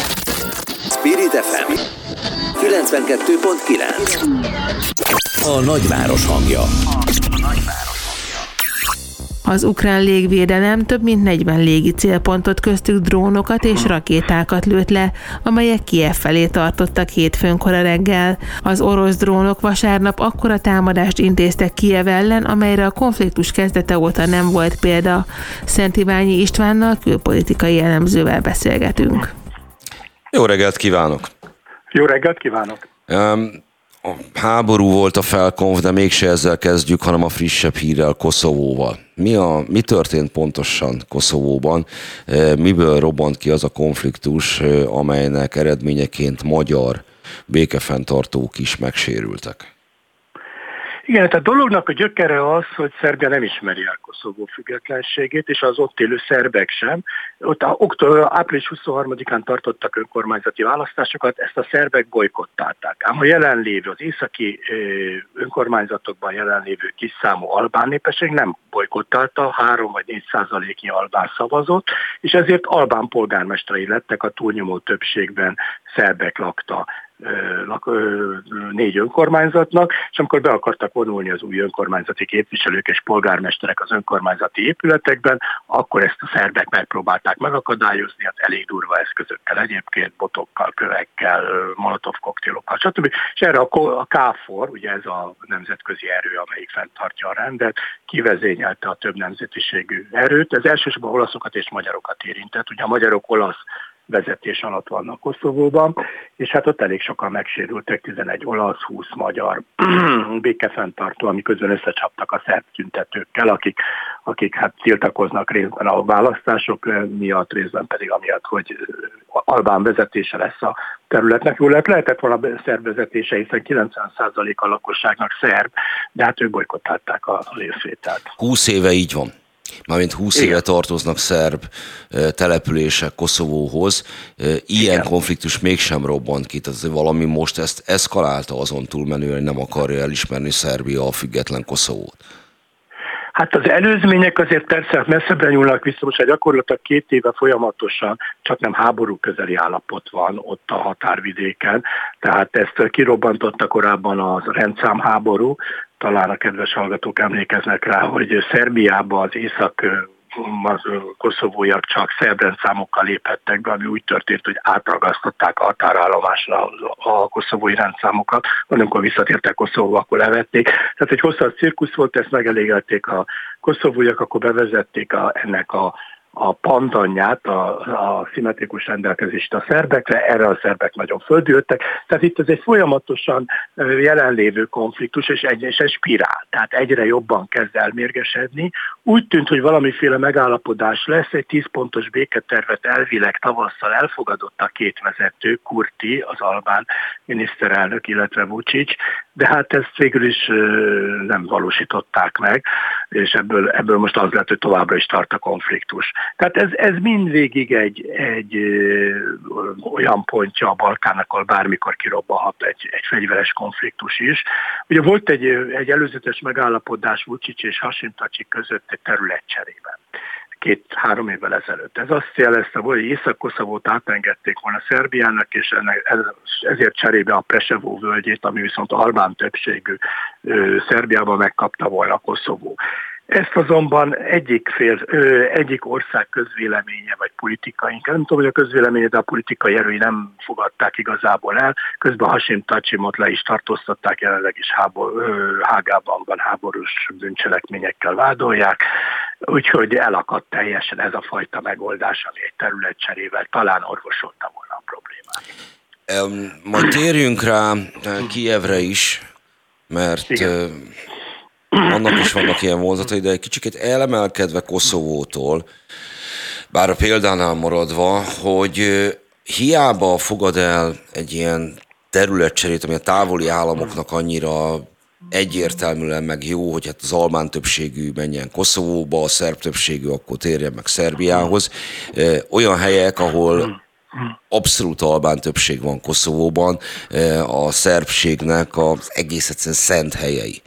Spirit ef em kilencvenkettő pont kilenc. A nagyváros hangja. Az ukrán légvédelem több mint negyven légi célpontot, köztük drónokat és rakétákat lőtt le, amelyek Kijev felé tartottak hétfőn kora reggel. Az orosz drónok vasárnap akkora támadást intéztek Kijev ellen, amelyre a konfliktus kezdete óta nem volt példa. Szent Iványi Istvánnal, külpolitikai elemzővel beszélgetünk. Jó reggelt kívánok! Jó reggelt kívánok! Um, a háború volt a felkonf, de mégse ezzel kezdjük, hanem a frissebb hírrel, Koszovóval. Mi, a, mi történt pontosan Koszovóban? Miből robbant ki az a konfliktus, amelynek eredményeként magyar békefenntartók is megsérültek? Igen, tehát a dolognak a gyökere az, hogy Szerbia nem ismeri el Koszovó függetlenségét, és az ott élő szerbek sem. Ott április huszonharmadikán tartottak önkormányzati választásokat, ezt a szerbek bojkottálták. Ám a jelenlévő, az északi önkormányzatokban jelenlévő kis számú albán népesség nem bojkottálta, három vagy négy százaléknyi albán szavazott, és ezért albán polgármesterei lettek, a túlnyomó többségben szerbek lakta négy önkormányzatnak, és amikor be akartak vonulni az új önkormányzati képviselők és polgármesterek az önkormányzati épületekben, akkor ezt a szerbek megpróbálták megakadályozni, az elég durva eszközökkel egyébként, botokkal, kövekkel, molotov koktélokkal, stb. És erre a káfor, ugye ez a nemzetközi erő, amelyik fenntartja a rendet, kivezényelte a több nemzetiségű erőt. Ez elsősorban olaszokat és magyarokat érintett. Ugye a magyarok olasz vezetés alatt vannak Koszovóban, és hát ott elég sokan megsérültek, tizenegy olasz, húsz magyar békefenntartó, ami közben összecsaptak a szerb tüntetőkkel, akik akik hát tiltakoznak részben a választások miatt, részben pedig amiatt, hogy albán vezetése lesz a területnek. Jól lehet, lehetett volna szerb vezetése, hiszen kilencven százalék a lakosságnak szerb, de hát ők bolykottálták a részvételt. húsz éve így van. Mármint húsz éve tartoznak szerb települések Koszovóhoz. Ilyen Igen. konfliktus mégsem robbant ki, tehát valami most ezt eszkalálta azon túlmenően, hogy nem akarja elismerni Szerbia a független Koszovót. Hát az előzmények azért persze messzebbre nyúlnak vissza, most gyakorlatilag két éve folyamatosan csak nem háború közeli állapot van ott a határvidéken, tehát ezt kirobbantotta korábban a rendszámháború, talán a kedves hallgatók emlékeznek rá, hogy Szerbiában az észak az koszovóiak csak szerb rendszámokkal léphettek be, ami úgy történt, hogy átragasztották a határállomáson a koszovói rendszámokat, amikor visszatértek Koszovóba, akkor levették. Tehát egy hosszas cirkusz volt, ezt megelégelték a koszovóiak, akkor bevezették a, ennek a a pandanját, a, a szimmetrikus rendelkezést a szerbekre, erre a szerbek nagyon földültek. Tehát itt ez egy folyamatosan jelenlévő konfliktus, és egy, és egy spirál. Tehát egyre jobban kezd elmérgesedni. Úgy tűnt, hogy valamiféle megállapodás lesz, egy tíz pontos béketervet elvileg tavasszal elfogadott a két vezető, Kurti, az albán miniszterelnök, illetve Vučić, de hát ezt végül is nem valósították meg, és ebből, ebből most az lett, hogy továbbra is tart a konfliktus. Tehát ez, ez mindvégig egy, egy ö, olyan pontja a Balkánnak, ahol bármikor kirobbanhat egy, egy fegyveres konfliktus is. Ugye volt egy, egy előzetes megállapodás Vučić és Hašim Tači között egy területcserében. Két-három évvel ezelőtt. Ez azt jelezte, hogy Észak-Koszovót átengedték volna Szerbiának, és ennek, ezért cserébe a Preševo völgyét, ami viszont albán többségű Szerbiában megkapta volna Koszovó. Ezt azonban egyik, fél, egyik ország közvéleménye, vagy politikaink, nem tudom, hogy a közvéleménye, de a politikai erői nem fogadták igazából el. Közben Hašim Tačimot le is tartóztatták, jelenleg is hábor, Hágában van, háborús bűncselekményekkel vádolják. Úgyhogy elakadt teljesen ez a fajta megoldás, ami egy területcserével talán orvosolta volna a problémát. Um, majd térjünk rá Kijevre is, mert uh, annak is vannak ilyen vonzatai, de egy kicsit elemelkedve Koszovótól, bár a példánál maradva, hogy uh, hiába fogad el egy ilyen területcserét, ami a távoli államoknak annyira egyértelműen meg jó, hogy hát az albán többségű menjen Koszovóba, a szerb többségű akkor térjen meg Szerbiához. Olyan helyek, ahol abszolút albán többség van Koszovóban, a szerbségnek az egész egyszerűen szent helyei.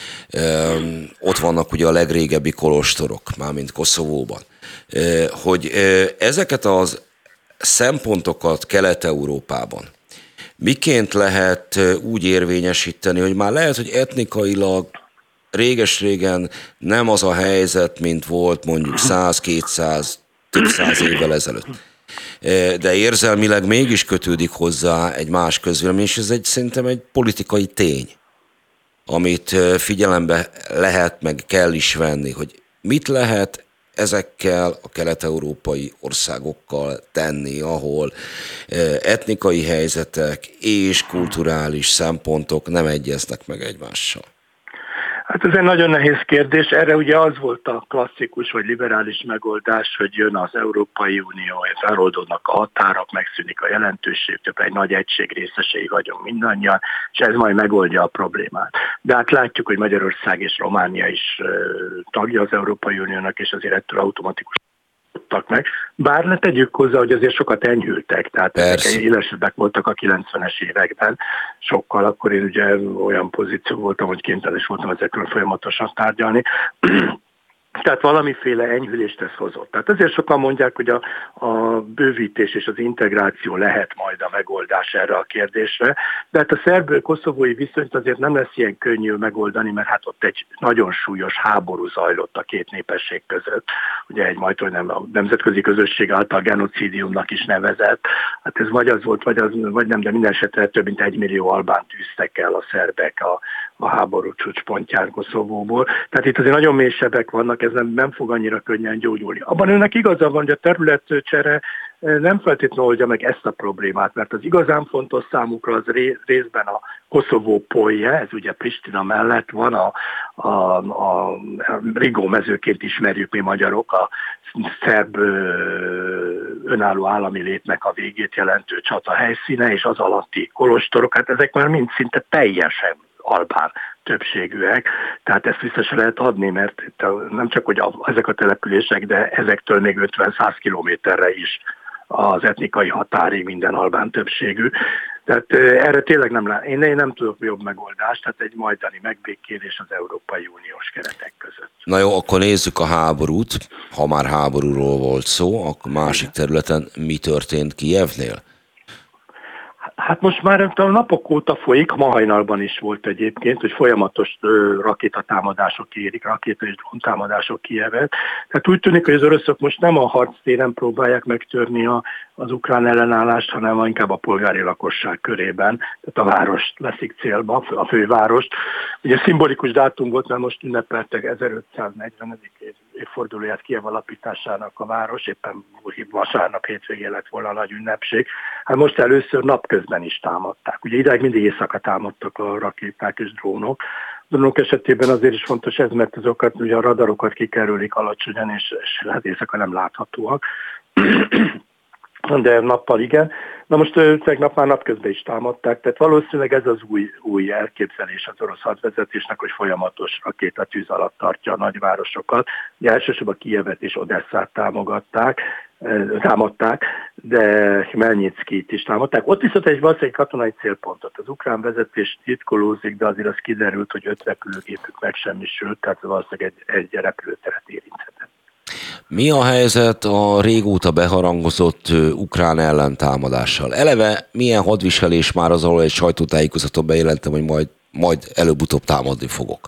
Ott vannak ugye a legrégebbi kolostorok, mármint Koszovóban. Hogy ezeket az szempontokat Kelet-Európában miként lehet úgy érvényesíteni, hogy már lehet, hogy etnikailag réges-régen nem az a helyzet, mint volt mondjuk száz-kétszáz, több száz évvel ezelőtt. De érzelmileg mégis kötődik hozzá egy más közvélemény, és ez egy, szerintem egy politikai tény, amit figyelembe lehet, meg kell is venni, hogy mit lehet ezekkel a kelet-európai országokkal tenni, ahol etnikai helyzetek és kulturális szempontok nem egyeznek meg egymással. Hát ez egy nagyon nehéz kérdés. Erre ugye az volt a klasszikus vagy liberális megoldás, hogy jön az Európai Unió, feloldódnak a határok, megszűnik a jelentőség, több egy nagy egység részesei vagyunk mindannyian, és ez majd megoldja a problémát. De hát látjuk, hogy Magyarország és Románia is tagja az Európai Uniónak, és azért ettől automatikus meg. Bár ne tegyük hozzá, hogy azért sokat enyhültek, tehát ezek élesebbek voltak a kilencvenes években, sokkal, akkor én ugye olyan pozíció voltam, hogy kénytelen voltam ezekről folyamatosan tárgyalni. Tehát valamiféle enyhülést ez hozott. Tehát ezért sokan mondják, hogy a, a bővítés és az integráció lehet majd a megoldás erre a kérdésre, de hát a szerb-koszovói viszonyt azért nem lesz ilyen könnyű megoldani, mert hát ott egy nagyon súlyos háború zajlott a két népesség között. Ugye egy majd, hogy nem a nemzetközi közösség által genocidiumnak is nevezett. Hát ez vagy az volt, vagy, az, vagy nem, de minden esetre több mint egy millió albánt tűztek el a szerbek a, a háború csúcspontján Koszovóból. Tehát itt azért nagyon mély sebek vannak, ez nem, nem fog annyira könnyen gyógyulni. Abban önnek igaza van, hogy a területcsere nem feltétlenül oldja meg ezt a problémát, mert az igazán fontos számukra az részben a Koszovó polje, ez ugye Pristina mellett van, a, a, a Rigó mezőként ismerjük mi magyarok, a szerb önálló állami létnek a végét jelentő csata helyszíne, és az alatti kolostorok, hát ezek már mind szinte teljesen albán többségűek, tehát ezt vissza se lehet adni, mert nem csak hogy a, ezek a települések, de ezektől még ötven-száz kilométerre is az etnikai határig minden albán többségű. Tehát erre tényleg nem lát. Én, én nem tudok jobb megoldást, tehát egy majdani megbékélés az Európai Uniós keretek között. Na jó, akkor nézzük a háborút. Ha már háborúról volt szó, akkor másik területen mi történt Kijevnél? Hát most már a napok óta folyik, ma hajnalban is volt egyébként, hogy folyamatos rakétatámadások érik, rakéta és dróntámadások Kijevet. Tehát úgy tűnik, hogy az oroszok most nem a harctéren próbálják megtörni a, az ukrán ellenállást, hanem inkább a polgári lakosság körében, tehát a várost veszik célba, a fővárost. Ugye szimbolikus dátum volt, mert most ünnepeltek ezerötszáznegyvenedik évfordulóját Kijev alapításának a város, éppen vasárnap hétvégén lett volna a nagy ünnepség. Hát most először napközben is támadták. Ugye ideig mindig éjszaka támadtak a rakéták és drónok. A drónok esetében azért is fontos ez, mert azokat, ugye a radarokat kikerülik alacsonyan, és, és hát éjszaka nem láthatóak. De nappal igen. Na most tegnap már napközben is támadták, tehát valószínűleg ez az új, új elképzelés az orosz hadvezetésnek, hogy folyamatos rakétatűz alatt tartja a nagyvárosokat. Ugye elsősorban Kijevet és Odesszát támogatták, támadták, de Hmelnyitskit is támadták. Ott viszont egy valószínűleg katonai célpontot. Az ukrán vezetés titkolózik, de azért az kiderült, hogy öt repülőgépük megsemmisült, tehát valószínűleg egy, egy repülőteret érinthetett. Mi a helyzet a régóta beharangozott ukrán ellentámadással? Eleve milyen hadviselés már az, ahol egy sajtótájékozaton bejelentem, hogy majd, majd előbb-utóbb támadni fogok?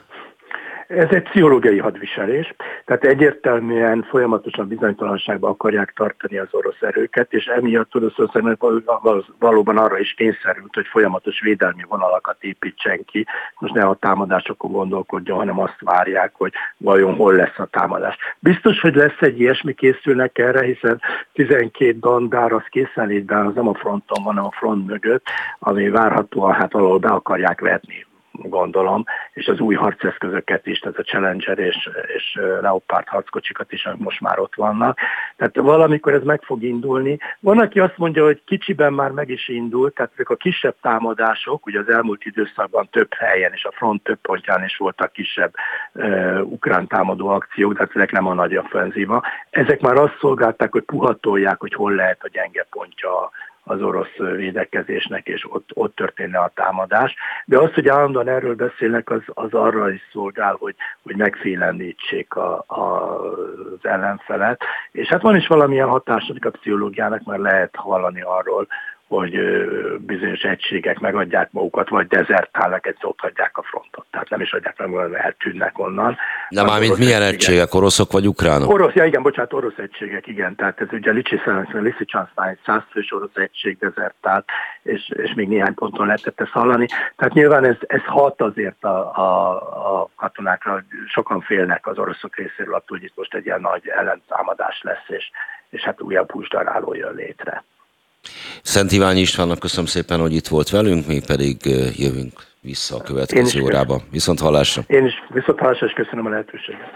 Ez egy pszichológiai hadviselés, tehát egyértelműen folyamatosan bizonytalanságban akarják tartani az orosz erőket, és emiatt Oroszországnak valóban arra is kényszerült, hogy folyamatos védelmi vonalakat építsen ki. Most ne a támadásokon gondolkodjon, hanem azt várják, hogy vajon hol lesz a támadás. Biztos, hogy lesz egy ilyesmi, készülnek erre, hiszen tizenkét dandár az készenlétben, az nem a fronton van, hanem a front mögött, ami várhatóan hát valahol be akarják vetni, gondolom, és az új harceszközöket is, tehát a Challenger és, és Leopard harckocsikat is, amik most már ott vannak. Tehát valamikor ez meg fog indulni. Van, aki azt mondja, hogy kicsiben már meg is indult, tehát ezek a kisebb támadások, ugye az elmúlt időszakban több helyen és a front több pontján is voltak kisebb uh, ukrán támadó akciók, tehát ezek nem a nagy offenzíva. Ezek már azt szolgálták, hogy puhatolják, hogy hol lehet a gyenge pontja az orosz védekezésnek, és ott, ott történne a támadás. De az, hogy állandóan erről beszélnek, az, az arra is szolgál, hogy, hogy megfélemlítsék a, a, az ellenfelet. És hát van is valamilyen hatásodik a pszichológiának, mert lehet hallani arról, hogy bizonyos egységek megadják magukat, vagy dezertálnak, egy szót hagyják a frontot. Tehát nem is adják meg, mert eltűnnek onnan. De már mint milyen egységek, egységek, oroszok vagy ukránok? Orosz, ja igen, bocsánat, orosz egységek, igen. Tehát ez ugye Lysychansztán egy százfős orosz egység dezertált, és, és még néhány ponton lehetett ezt hallani. Tehát nyilván ez, ez hat azért a, a, a katonákra, sokan félnek az oroszok részéről attól, hogy itt most egy ilyen nagy ellentámadás lesz, és, és hát újabb húsdaráló jön létre. Szent Iványi Istvánnak köszönöm szépen, hogy itt volt velünk, mi pedig jövünk vissza a következő órában. Viszont hallásra. Én is viszont hallásra, és köszönöm a lehetőséget.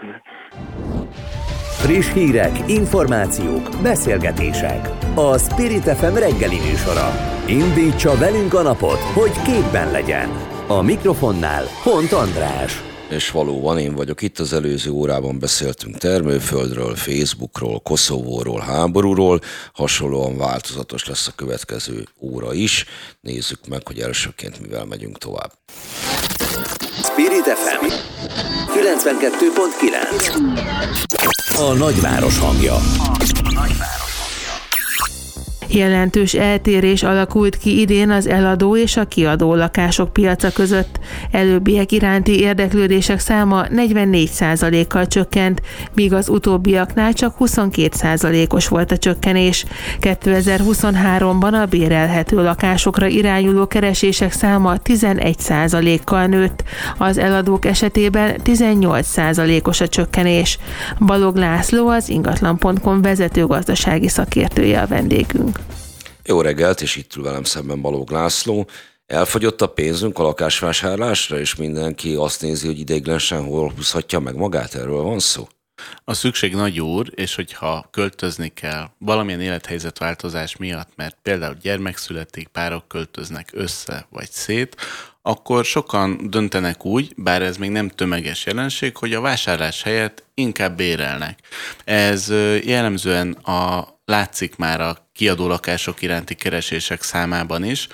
Friss hírek, információk, beszélgetések. A Spirit ef em reggeli műsora. Indítsa velünk a napot, hogy képben legyen. A mikrofonnál Hont András. És valóban én vagyok itt, az előző órában beszéltünk termőföldről, Facebookról, Koszovóról, háborúról, hasonlóan változatos lesz a következő óra is. Nézzük meg, hogy elsőként mivel megyünk tovább. Spirit ef em kilencvenkettő pont kilenc. A nagyváros hangja. Jelentős eltérés alakult ki idén az eladó és a kiadó lakások piaca között. Előbbiek iránti érdeklődések száma negyvennégy százalékkal csökkent, míg az utóbbiaknál csak huszonkét százalékos volt a csökkenés. kétezer-huszonháromban a bérelhető lakásokra irányuló keresések száma tizenegy százalékkal nőtt, az eladók esetében tizennyolc százalékos a csökkenés. Balog László, az ingatlan pont com vezető gazdasági szakértője a vendégünk. Jó reggelt, és itt ül velem szemben Balog László. Elfogyott a pénzünk a lakásvásárlásra, és mindenki azt nézi, hogy ideiglenesen hol húzhatja meg magát, erről van szó? A szükség nagy úr, és hogyha költözni kell valamilyen élethelyzetváltozás miatt, mert például gyermek születik, párok költöznek össze vagy szét, akkor sokan döntenek úgy, bár ez még nem tömeges jelenség, hogy a vásárlás helyett inkább bérelnek. Ez jellemzően a, látszik már a kiadó lakások iránti keresések számában is,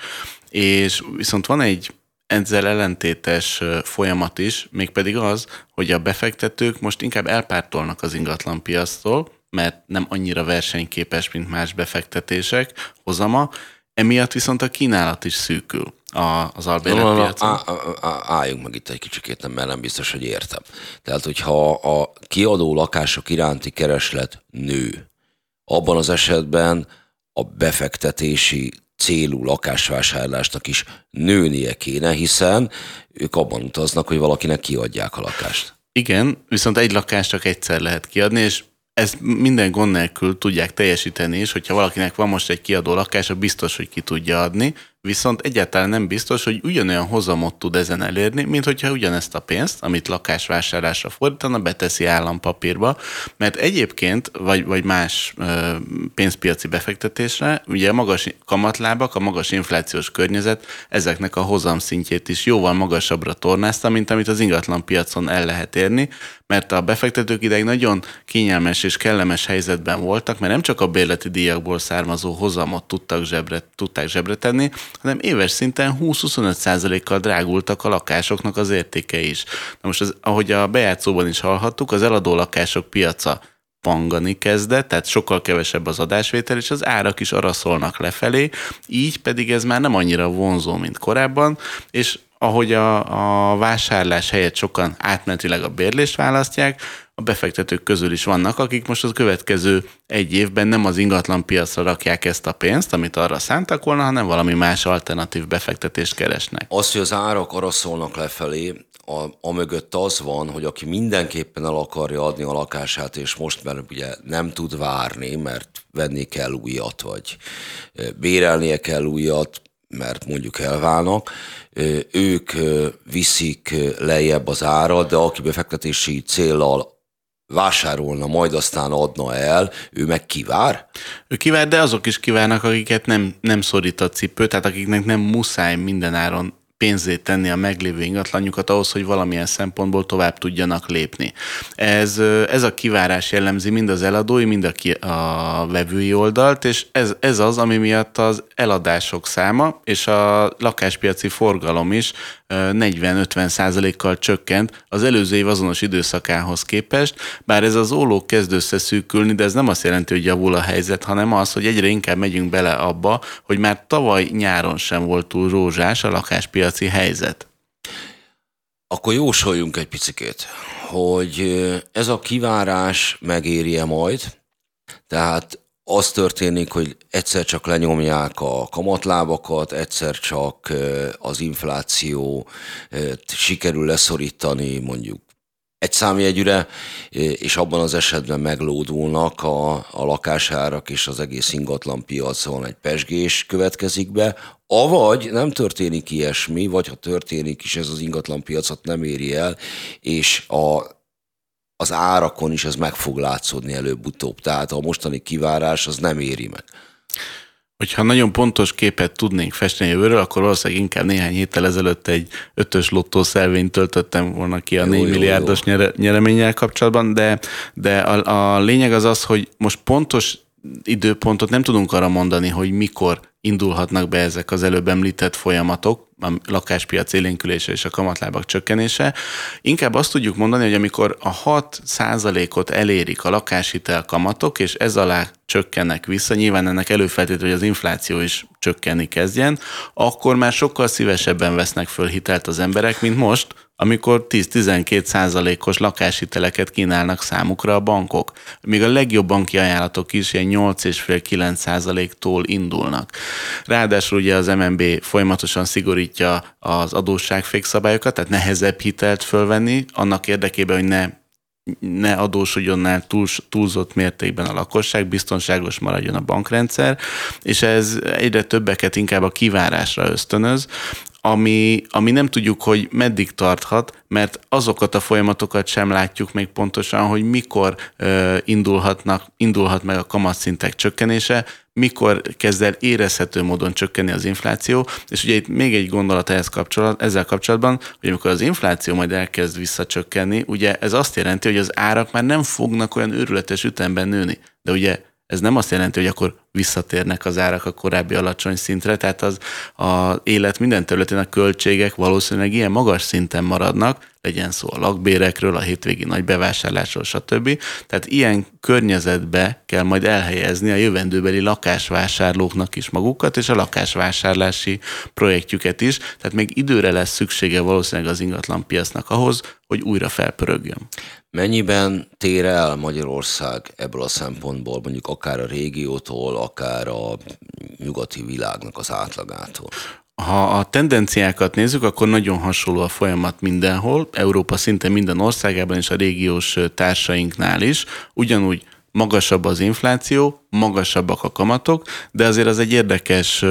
és viszont van egy ezzel ellentétes folyamat is, mégpedig az, hogy a befektetők most inkább elpártolnak az ingatlanpiactól, mert nem annyira versenyképes, mint más befektetések hozama, emiatt viszont a kínálat is szűkül az albérletpiacon. No, no, no, álljunk meg itt egy kicsikét, mert nem biztos, hogy értem. Tehát, hogyha a kiadó lakások iránti kereslet nő, abban az esetben a befektetési célú lakásvásárlásnak is nőnie kéne, hiszen ők abban utaznak, hogy valakinek kiadják a lakást. Igen, viszont egy lakást csak egyszer lehet kiadni, és ezt minden gond nélkül tudják teljesíteni is, hogyha valakinek van most egy kiadó lakása, biztos, hogy ki tudja adni, viszont egyáltalán nem biztos, hogy ugyanolyan hozamot tud ezen elérni, mint hogyha ugyanezt a pénzt, amit lakásvásárlásra fordítana, beteszi állampapírba, mert egyébként, vagy, vagy más ö, pénzpiaci befektetésre, ugye a magas kamatlábak, a magas inflációs környezet ezeknek a hozamszintjét is jóval magasabbra tornázta, mint amit az ingatlan piacon el lehet érni, mert a befektetők ideig nagyon kényelmes és kellemes helyzetben voltak, mert nem csak a bérleti díjakból származó hozamot tudtak zsebre, tudták zsebre tenni, hanem éves szinten húsz-huszonöt százalékkal drágultak a lakásoknak az értéke is. Na most, az, ahogy a bejátszóban is hallhattuk, az eladó lakások piaca pangani kezdett, tehát sokkal kevesebb az adásvétel, és az árak is araszolnak lefelé, így pedig ez már nem annyira vonzó, mint korábban, és ahogy a, a vásárlás helyett sokan átmenetileg a bérlést választják, a befektetők közül is vannak, akik most az következő egy évben nem az ingatlan piacra rakják ezt a pénzt, amit arra szántak volna, hanem valami más alternatív befektetést keresnek. Az, hogy az árak araszolnak lefelé, a, a mögött az van, hogy aki mindenképpen el akarja adni a lakását, és most már ugye nem tud várni, mert venni kell újat, vagy bérelnie kell újat, mert mondjuk elválnak, ők viszik lejjebb az árat, de aki befektetési céllal vásárolna, majd aztán adna el, ő meg kivár? Ő kivár, de azok is kivárnak, akiket nem, nem szorít a cipő, tehát akiknek nem muszáj mindenáron pénzét tenni a meglévő ingatlanjukat ahhoz, hogy valamilyen szempontból tovább tudjanak lépni. Ez, ez a kivárás jellemzi mind az eladói, mind a, ki, a vevői oldalt, és ez, ez az, ami miatt az eladások száma és a lakáspiaci forgalom is negyven-ötven százalékkal csökkent az előző év azonos időszakához képest, bár ez az óló kezd összeszűkülni, de ez nem azt jelenti, hogy javul a helyzet, hanem az, hogy egyre inkább megyünk bele abba, hogy már tavaly nyáron sem volt túl rózsás a lakáspiaci helyzet. Akkor jósoljunk egy picikét, hogy ez a kivárás megéri-e majd, tehát az történik, hogy egyszer csak lenyomják a kamatlábakat, egyszer csak az infláció sikerül leszorítani mondjuk egy számjegyűre, és abban az esetben meglódulnak a, a lakásárak, és az egész ingatlan piacon egy pezsgés következik be, avagy nem történik ilyesmi, vagy ha történik is, ez az ingatlan piacot nem éri el, és a az árakon is ez meg fog látszódni előbb-utóbb. Tehát a mostani kivárás az nem éri meg. Hogyha nagyon pontos képet tudnénk festeni jövőről, akkor valószínűleg inkább néhány héttel ezelőtt egy ötös lottószelvényt töltöttem volna ki a négy milliárdos nyereménnyel kapcsolatban, de, de a, a lényeg az az, hogy most pontos időpontot nem tudunk arra mondani, hogy mikor indulhatnak be ezek az előbb említett folyamatok, a lakáspiac élénkülése és a kamatlábak csökkenése. Inkább azt tudjuk mondani, hogy amikor a hat százalékot elérik a lakáshitel kamatok, és ez alá csökkennek vissza, nyilván ennek előfeltétele, hogy az infláció is csökkenni kezdjen, akkor már sokkal szívesebben vesznek föl hitelt az emberek, mint most, amikor tíz-tizenkét százalékos lakáshiteleket kínálnak számukra a bankok. Még a legjobb banki ajánlatok is ilyen nyolc egész öt-kilenc százaléktól indulnak. Ráadásul ugye az em en bé folyamatosan szigorítja az adósságfékszabályokat, tehát nehezebb hitelt fölvenni, annak érdekében, hogy ne ne adósodjon el túl, túlzott mértékben a lakosság, biztonságos maradjon a bankrendszer, és ez egyre többeket inkább a kivárásra ösztönöz, ami, ami nem tudjuk, hogy meddig tarthat, mert azokat a folyamatokat sem látjuk még pontosan, hogy mikor uh, indulhatnak, indulhat meg a kamatszintek csökkenése, mikor kezd el érezhető módon csökkenni az infláció, és ugye itt még egy gondolat ehhez kapcsolat, ezzel kapcsolatban, hogy amikor az infláció majd elkezd visszacsökkenni, ugye ez azt jelenti, hogy az árak már nem fognak olyan őrületes ütemben nőni, de ugye ez nem azt jelenti, hogy akkor visszatérnek az árak a korábbi alacsony szintre, tehát az az élet minden területén a költségek valószínűleg ilyen magas szinten maradnak, legyen szó a lakbérekről, a hétvégi nagy bevásárlásról, stb. Tehát ilyen környezetbe kell majd elhelyezni a jövendőbeli lakásvásárlóknak is magukat, és a lakásvásárlási projektjüket is, tehát még időre lesz szüksége valószínűleg az ingatlanpiacnak ahhoz, hogy újra felpörögjön. Mennyiben tér el Magyarország ebből a szempontból, mondjuk akár a régiótól, akár a nyugati világnak az átlagától? Ha a tendenciákat nézzük, akkor nagyon hasonló a folyamat mindenhol, Európa szinte minden országában és a régiós társainknál is. Ugyanúgy magasabb az infláció, magasabbak a kamatok, de azért az egy érdekes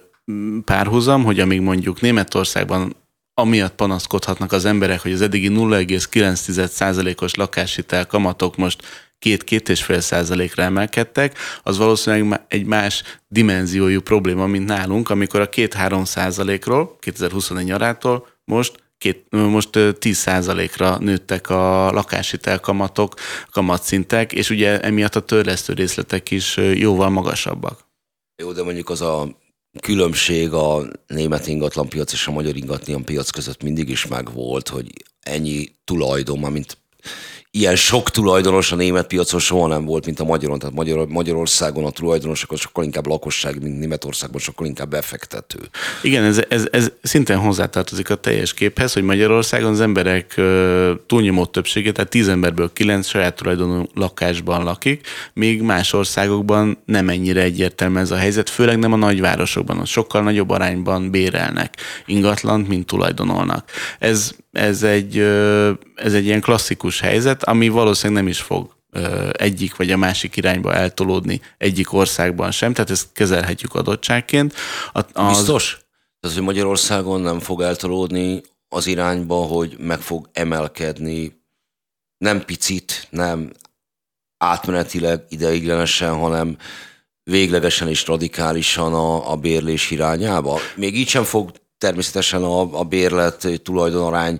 párhuzam, hogy amíg mondjuk Németországban amiatt panaszkodhatnak az emberek, hogy az eddigi nulla egész kilenc százalékos lakáshitel kamatok most két-két és fél százalékra emelkedtek, az valószínűleg egy más dimenziójú probléma, mint nálunk, amikor a két-három százalékról, kétezer-huszonegy nyarától most, két, most tíz százalékra nőttek a lakáshitel kamatok, kamatszintek, és ugye emiatt a törlesztő részletek is jóval magasabbak. Jó, de mondjuk az a különbség a német ingatlanpiac és a magyar ingatlanpiac között mindig is megvolt, hogy ennyi tulajdon, mint ilyen sok tulajdonos a német piacon soha nem volt, mint a magyaron. Tehát Magyar, Magyarországon a tulajdonosok sokkal inkább lakosság, mint Németországban sokkal inkább befektető. Igen, ez, ez, ez szintén hozzátartozik a teljes képhez, hogy Magyarországon az emberek túlnyomó többsége, tehát tíz emberből kilenc saját tulajdonú lakásban lakik, míg más országokban nem ennyire egyértelmű ez a helyzet, főleg nem a nagyvárosokban, ott sokkal nagyobb arányban bérelnek ingatlant, mint tulajdonolnak. Ez Ez egy, ez egy ilyen klasszikus helyzet, ami valószínűleg nem is fog egyik vagy a másik irányba eltolódni egyik országban sem, tehát ezt kezelhetjük adottságként. Az... Biztos? Az, hogy Magyarországon nem fog eltolódni az irányba, hogy meg fog emelkedni nem picit, nem átmenetileg, ideiglenesen, hanem véglegesen és radikálisan a, a bérlés irányába. Még így sem fog természetesen a, a bérlet tulajdonarány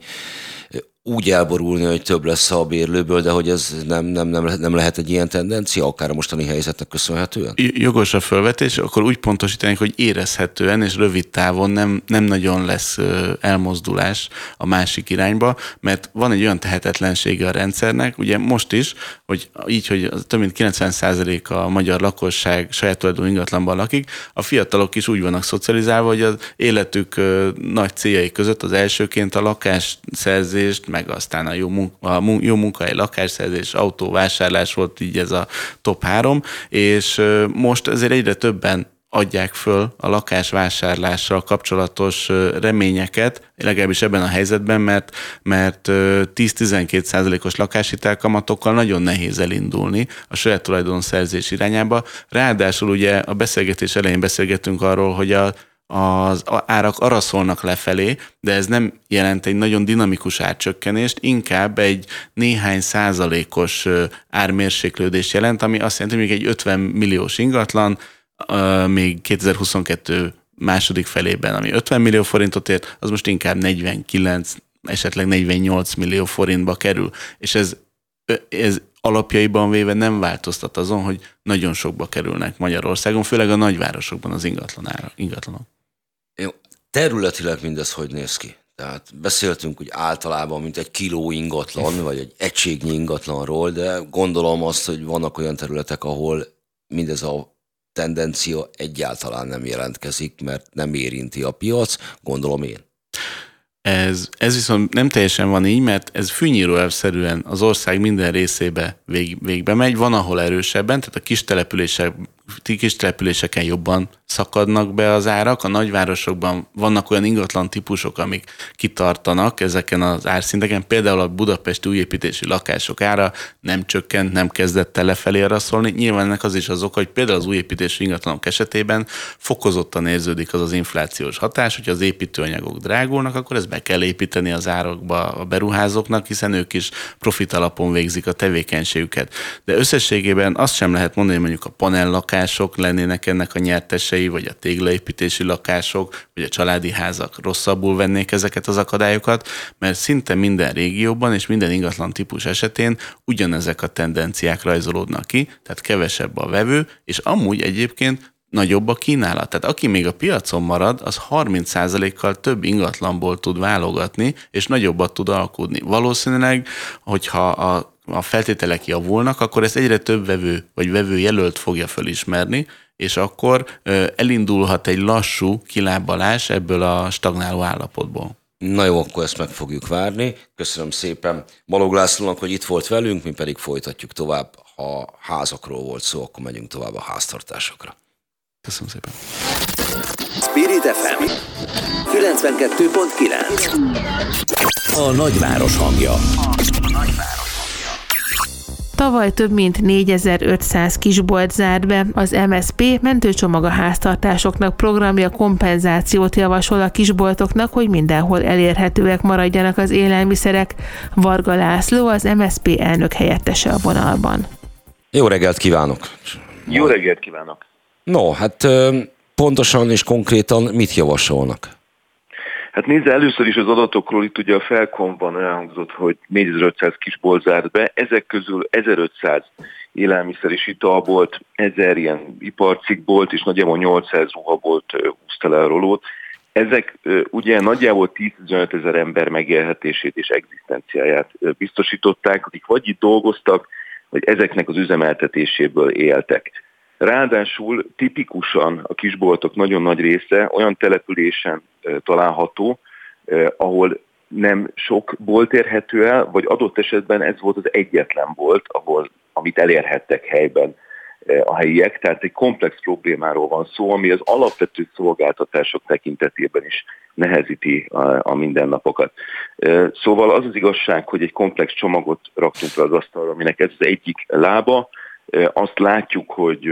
úgy elborulni, hogy több lesz a bérlőből, de hogy ez nem, nem, nem, nem lehet egy ilyen tendencia, akár a mostani helyzetnek köszönhetően? Jogos a felvetés, akkor úgy pontosítanék, hogy érezhetően és rövid távon nem, nem nagyon lesz elmozdulás a másik irányba, mert van egy olyan tehetetlensége a rendszernek, ugye most is, hogy így, hogy több mint kilencven százalék a magyar lakosság saját tulajdonú ingatlanban lakik, a fiatalok is úgy vannak szocializálva, hogy az életük nagy céljai között az elsőként a lakásszerzést, meg aztán a jó, munka, a jó munkahely, lakásszerzés, autóvásárlás volt így ez a top három, és most ezért egyre többen adják föl a lakásvásárlással kapcsolatos reményeket, legalábbis ebben a helyzetben, mert, mert tíz-tizenkét százalékos lakáshitelkamatokkal nagyon nehéz elindulni a saját tulajdonszerzés irányába. Ráadásul ugye a beszélgetés elején beszélgettünk arról, hogy a az árak araszolnak lefelé, de ez nem jelent egy nagyon dinamikus árcsökkenést, inkább egy néhány százalékos ármérséklődést jelent, ami azt jelenti, hogy még egy ötven milliós ingatlan, még kétezer-huszonkettő második felében, ami ötven millió forintot ért, az most inkább negyvenkilenc, esetleg negyvennyolc millió forintba kerül, és ez, ez alapjaiban véve nem változtat azon, hogy nagyon sokba kerülnek Magyarországon, főleg a nagyvárosokban az ingatlan ára, ingatlanok. Jó. területileg mindez hogy néz ki? Tehát beszéltünk úgy általában, mint egy kiló ingatlan, vagy egy egységnyi ingatlanról, de gondolom azt, hogy vannak olyan területek, ahol mindez a tendencia egyáltalán nem jelentkezik, mert nem érinti a piac, gondolom én. Ez, ez viszont nem teljesen van így, mert ez fűnyíróelvszerűen az ország minden részébe vég, végbe megy, van ahol erősebben, tehát a kis települések, kis településeken jobban szakadnak be az árak, a nagyvárosokban vannak olyan ingatlan típusok, amik kitartanak ezeken az árszinteken, például a budapesti újépítési lakások ára nem csökkent, nem kezdett el lefelé araszolni. Nyilván ennek az is az oka, hogy például az újépítési ingatlanok esetében fokozottan érződik az az inflációs hatás, hogyha az építőanyagok drágulnak, akkor ezt be kell építeni az árakba a beruházóknak, hiszen ők is profit alapon végzik a tevékenységüket. De összességében azt sem lehet mondani, hogy mondjuk a panellakások lennének ennek a nyertesei, vagy a téglaépítési lakások, vagy a családi házak rosszabbul vennék ezeket az akadályokat, mert szinte minden régióban és minden ingatlan típus esetén ugyanezek a tendenciák rajzolódnak ki, tehát kevesebb a vevő, és amúgy egyébként nagyobb a kínálat. Tehát aki még a piacon marad, az harminc százalékkal több ingatlanból tud válogatni, és nagyobbat tud alkudni. Valószínűleg, hogyha a, a feltételek javulnak, akkor ezt egyre több vevő, vagy vevőjelölt fogja fölismerni, és akkor elindulhat egy lassú kilábalás ebből a stagnáló állapotból. Na jó, akkor ezt meg fogjuk várni. Köszönöm szépen Balogh Lászlónak, hogy itt volt velünk, mi pedig folytatjuk tovább. Ha házakról volt szó, akkor megyünk tovább a háztartásokra. Köszönöm szépen. Spirit ef em kilencvenkettő pont kilenc. A nagyváros hangja. Tavaly több mint négyezer-ötszáz kisbolt zárt be. Az em es zé pé mentőcsomag a háztartásoknak programja kompenzációt javasol a kisboltoknak, hogy mindenhol elérhetőek maradjanak az élelmiszerek. Varga László, az em es zé pé elnök helyettese a vonalban. Jó reggelt kívánok! Jó reggelt kívánok! No, hát pontosan és konkrétan mit javasolnak? Hát nézze, először is az adatokról, itt ugye a Felkomban elhangzott, hogy négyezer-ötszáz kisbolt zárt be, ezek közül ezerötszáz élelmiszer és italbolt, ezer ilyen iparcikkbolt és nagyjából nyolcszáz ruhabolt húzta le a rolót. Ezek ugye nagyjából tíz-tizenöt ezer ember megélhetését és egzisztenciáját biztosították, akik vagy itt dolgoztak, vagy ezeknek az üzemeltetéséből éltek. Ráadásul tipikusan a kisboltok nagyon nagy része olyan településen található, ahol nem sok bolt érhető el, vagy adott esetben ez volt az egyetlen bolt, ahol, amit elérhettek helyben a helyiek. Tehát egy komplex problémáról van szó, ami az alapvető szolgáltatások tekintetében is nehezíti a, a mindennapokat. Szóval az az igazság, hogy egy komplex csomagot raktunk le az asztalra, aminek ez az egyik lába. Azt látjuk, hogy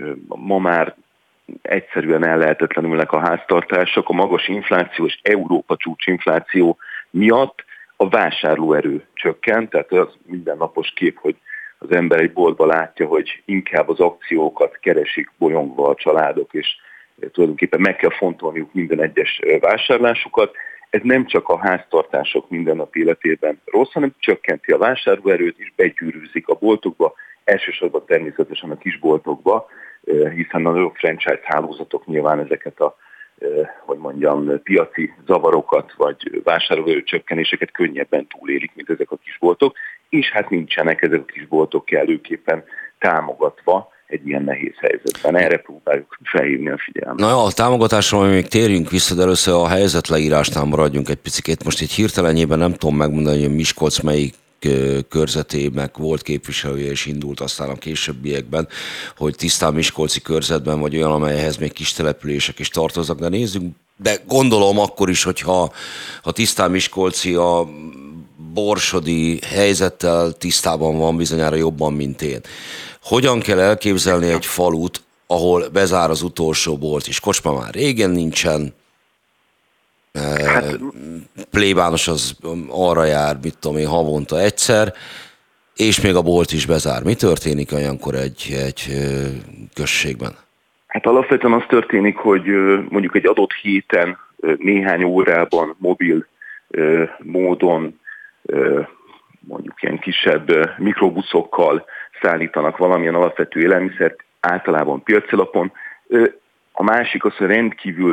ma már egyszerűen ellehetetlenülnek a háztartások, a magas infláció és Európa csúcsinfláció miatt a vásárlóerő csökkent, tehát az mindennapos kép, hogy az ember egy boltba látja, hogy inkább az akciókat keresik bolyongva a családok, és tulajdonképpen meg kell fontolniuk minden egyes vásárlásukat. Ez nem csak a háztartások mindennapi életében rossz, hanem csökkenti a vásárlóerőt, és begyűrűzik a boltokba, elsősorban természetesen a kisboltokba, hiszen a nagyobb franchise hálózatok nyilván ezeket a, hogy mondjam, piaci zavarokat vagy vásárlóerő csökkenéseket könnyebben túlélik, mint ezek a kisboltok, és hát nincsenek ezek a kisboltok kellőképpen támogatva egy ilyen nehéz helyzetben. Erre próbáljuk felhívni a figyelmet. Na jó, a támogatásról még térjünk vissza, de először a helyzetleírásnál maradjunk egy picit. Most itt hirtelenjében nem tudom megmondani, hogy Miskolc melyik körzetének volt képviselője és indult aztán a későbbiekben, hogy tisztán miskolci körzetben vagy olyan, amelyhez még kis települések is tartoznak, de nézzük, de gondolom akkor is, hogyha ha tisztán miskolci a borsodi helyzettel tisztában van bizonyára jobban, mint én. Hogyan kell elképzelni egy falut, ahol bezár az utolsó bolt is? Kocsma már régen nincsen, Hát, plébános az arra jár, mit tudom én, havonta egyszer, és még a bolt is bezár. Mi történik olyankor egy, egy községben? Hát alapvetően az történik, hogy mondjuk egy adott héten néhány órában mobil módon mondjuk ilyen kisebb mikrobuszokkal szállítanak valamilyen alapvető élelmiszert, általában piacilapon. A másik az, hogy rendkívül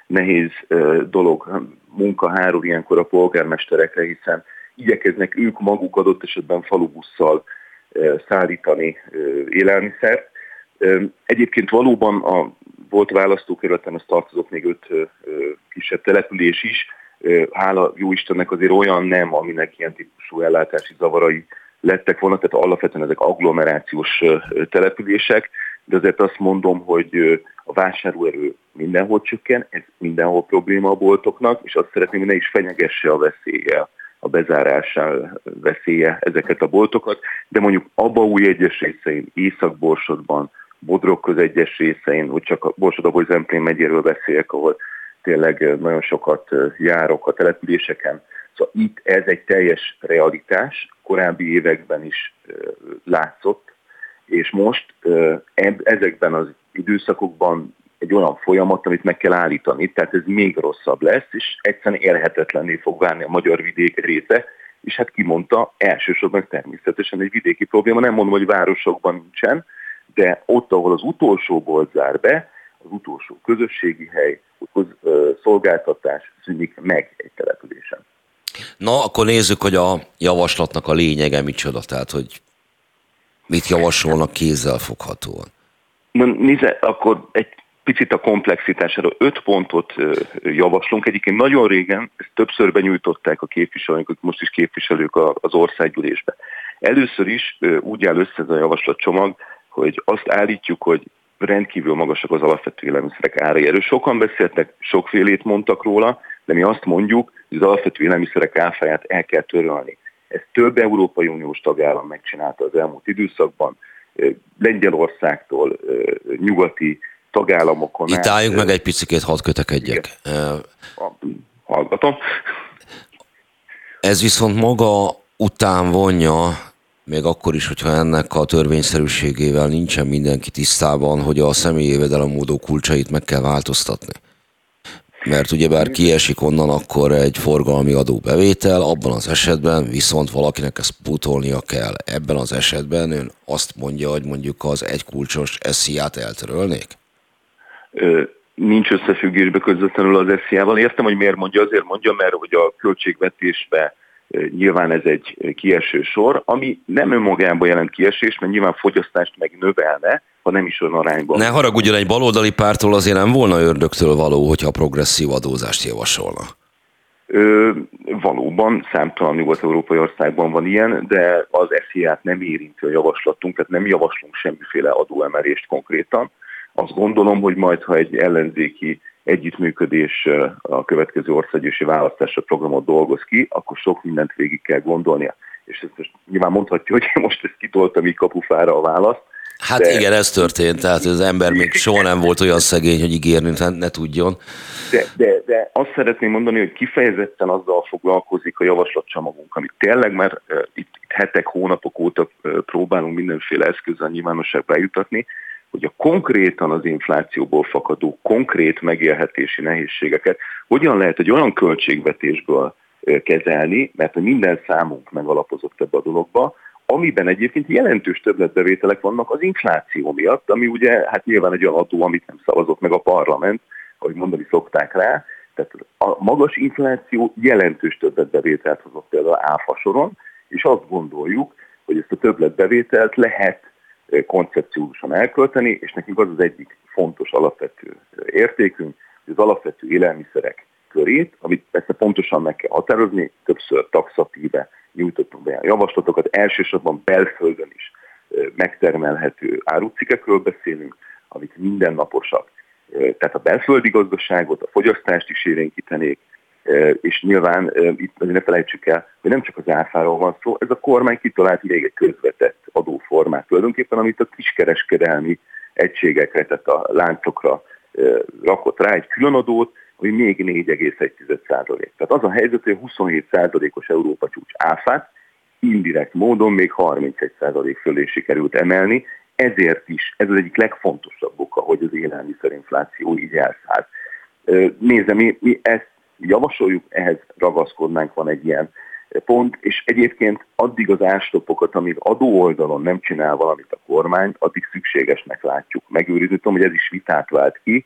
nehéz dolog, munka hárul ilyenkor a polgármesterekre, hiszen igyekeznek ők maguk adott esetben falubusszal szállítani élelmiszert. Egyébként valóban a volt választókerületen, az tartozott még öt kisebb település is. Hála jó Istennek azért olyan nem, aminek ilyen típusú ellátási zavarai lettek volna, tehát alapvetően ezek agglomerációs települések, de azért azt mondom, hogy a vásárlóerő mindenhol csökken, ez mindenhol probléma a boltoknak, és azt szeretném, hogy ne is fenyegesse a veszélye, a bezárással veszélye ezeket a boltokat, de mondjuk Abaúj egyes részein, Észak-Borsodban, Bodrogköz egyes részein, hogy csak a Borsod-Abaúj-Zemplén megyéről beszéljek, ahol tényleg nagyon sokat járok a településeken. Szóval itt ez egy teljes realitás, korábbi években is látszott, és most ezekben az időszakokban egy olyan folyamat, amit meg kell állítani, tehát ez még rosszabb lesz, és egyszerűen élhetetlenné fog válni a magyar vidék része, és hát kimondta, elsősorban természetesen egy vidéki probléma, nem mondom, hogy városokban nincsen, de ott, ahol az utolsó bolt zár be, az utolsó közösségi hely, az szolgáltatás szűnik meg egy településen. Na, akkor nézzük, hogy a javaslatnak a lényege micsoda, tehát, hogy mit javasolnak kézzelfoghatóan. Na, nézze, akkor egy picit a komplexitására öt pontot javaslunk. Egyébként nagyon régen, ezt többször benyújtották a képviselők, akik most is képviselők az országgyűlésbe. Először is úgy áll össze ez a javaslatcsomag, hogy azt állítjuk, hogy rendkívül magasak az alapvető élelmiszerek árai. Erről sokan beszéltek, sokfélét mondtak róla, de mi azt mondjuk, hogy az alapvető élelmiszerek áfáját el kell törölni. Ezt több Európai Uniós tagállam megcsinálta az elmúlt időszakban, Lengyelországtól nyugati tagállamokon. Itt álljunk meg egy picikét, hadd kötekedjek. Hallgatom. Ez viszont maga után vonja, még akkor is, hogyha ennek a törvényszerűségével nincsen mindenki tisztában, hogy a személyi jövedelemadó kulcsait meg kell változtatni. Mert ugyebár kiesik onnan akkor egy forgalmi adóbevétel, abban az esetben viszont valakinek ezt pótolnia kell. Ebben az esetben ön azt mondja, hogy mondjuk az egy kulcsos es zé á-t eltörölnék? Ö, nincs összefüggésbe közvetlenül az es zé á-val. Értem, hogy miért mondja, azért mondja, mert hogy a költségvetésbe nyilván ez egy kieső sor, ami nem önmagában jelent kiesés, mert nyilván fogyasztást meg növelne, ha nem is olyan arányban. Ne haragudjon, egy baloldali pártól azért nem volna ördögtől való, hogyha progresszív adózást javasolna. Ö, valóban számtalan nyugat-európai országban van ilyen, de az es zé á-t nem érinti a javaslatunk, tehát nem javaslunk semmiféle adóemelést konkrétan. Azt gondolom, hogy majd, ha egy ellenzéki együttműködés a következő országgyűlési választásra programot dolgoz ki, akkor sok mindent végig kell gondolnia. És ezt most nyilván mondhatja, hogy most ezt kitoltam így kapufára a választ. Hát de... igen, ez történt, tehát az ember még soha nem volt olyan szegény, hogy ígérni ne, ne tudjon. De, de, de azt szeretném mondani, hogy kifejezetten azzal foglalkozik a javaslatcsomagunk, amit tényleg már uh, itt, itt hetek, hónapok óta uh, próbálunk mindenféle eszközzel nyilvánosságra eljutatni, hogy a konkrétan az inflációból fakadó konkrét megélhetési nehézségeket hogyan lehet egy olyan költségvetésből kezelni, mert minden számunk megalapozott ebbe a dologba, amiben egyébként jelentős többletbevételek vannak az infláció miatt, ami ugye hát nyilván egy olyan adó, amit nem szavazott meg a parlament, ahogy mondani szokták rá, tehát a magas infláció jelentős többletbevételt hozott például áfa soron, és azt gondoljuk, hogy ezt a többletbevételt lehet koncepciósan elkölteni, és nekünk az az egyik fontos alapvető értékünk, hogy az alapvető élelmiszerek körét, amit persze pontosan meg kell határozni, többször taxatíve nyújtottunk be a javaslatokat, elsősorban belföldön is megtermelhető árucikkekről beszélünk, amik mindennaposak. Tehát a belföldi gazdaságot, a fogyasztást is élénkítenék, és nyilván itt ne felejtsük el, hogy nem csak az áfáról van szó, ez a kormány kitalált még egy közvetett adóformát tulajdonképpen, amit a kiskereskedelmi egységekre, tehát a láncokra rakott rá egy külön adót, ami még négy egész egy százalék. Tehát az a helyzet, hogy a huszonhét százalékos Európa csúcs áfát indirekt módon még harmincegy százalék fölé sikerült emelni, ezért is ez az egyik legfontosabb oka, hogy az élelmiszerinfláció így elszállt. Nézze, mi, mi ezt javasoljuk, ehhez ragaszkodnánk, van egy ilyen pont, és egyébként addig az ástoppokat, amíg adó oldalon nem csinál valamit a kormány, addig szükségesnek látjuk megőrizni. Tudom, hogy ez is vitát vált ki,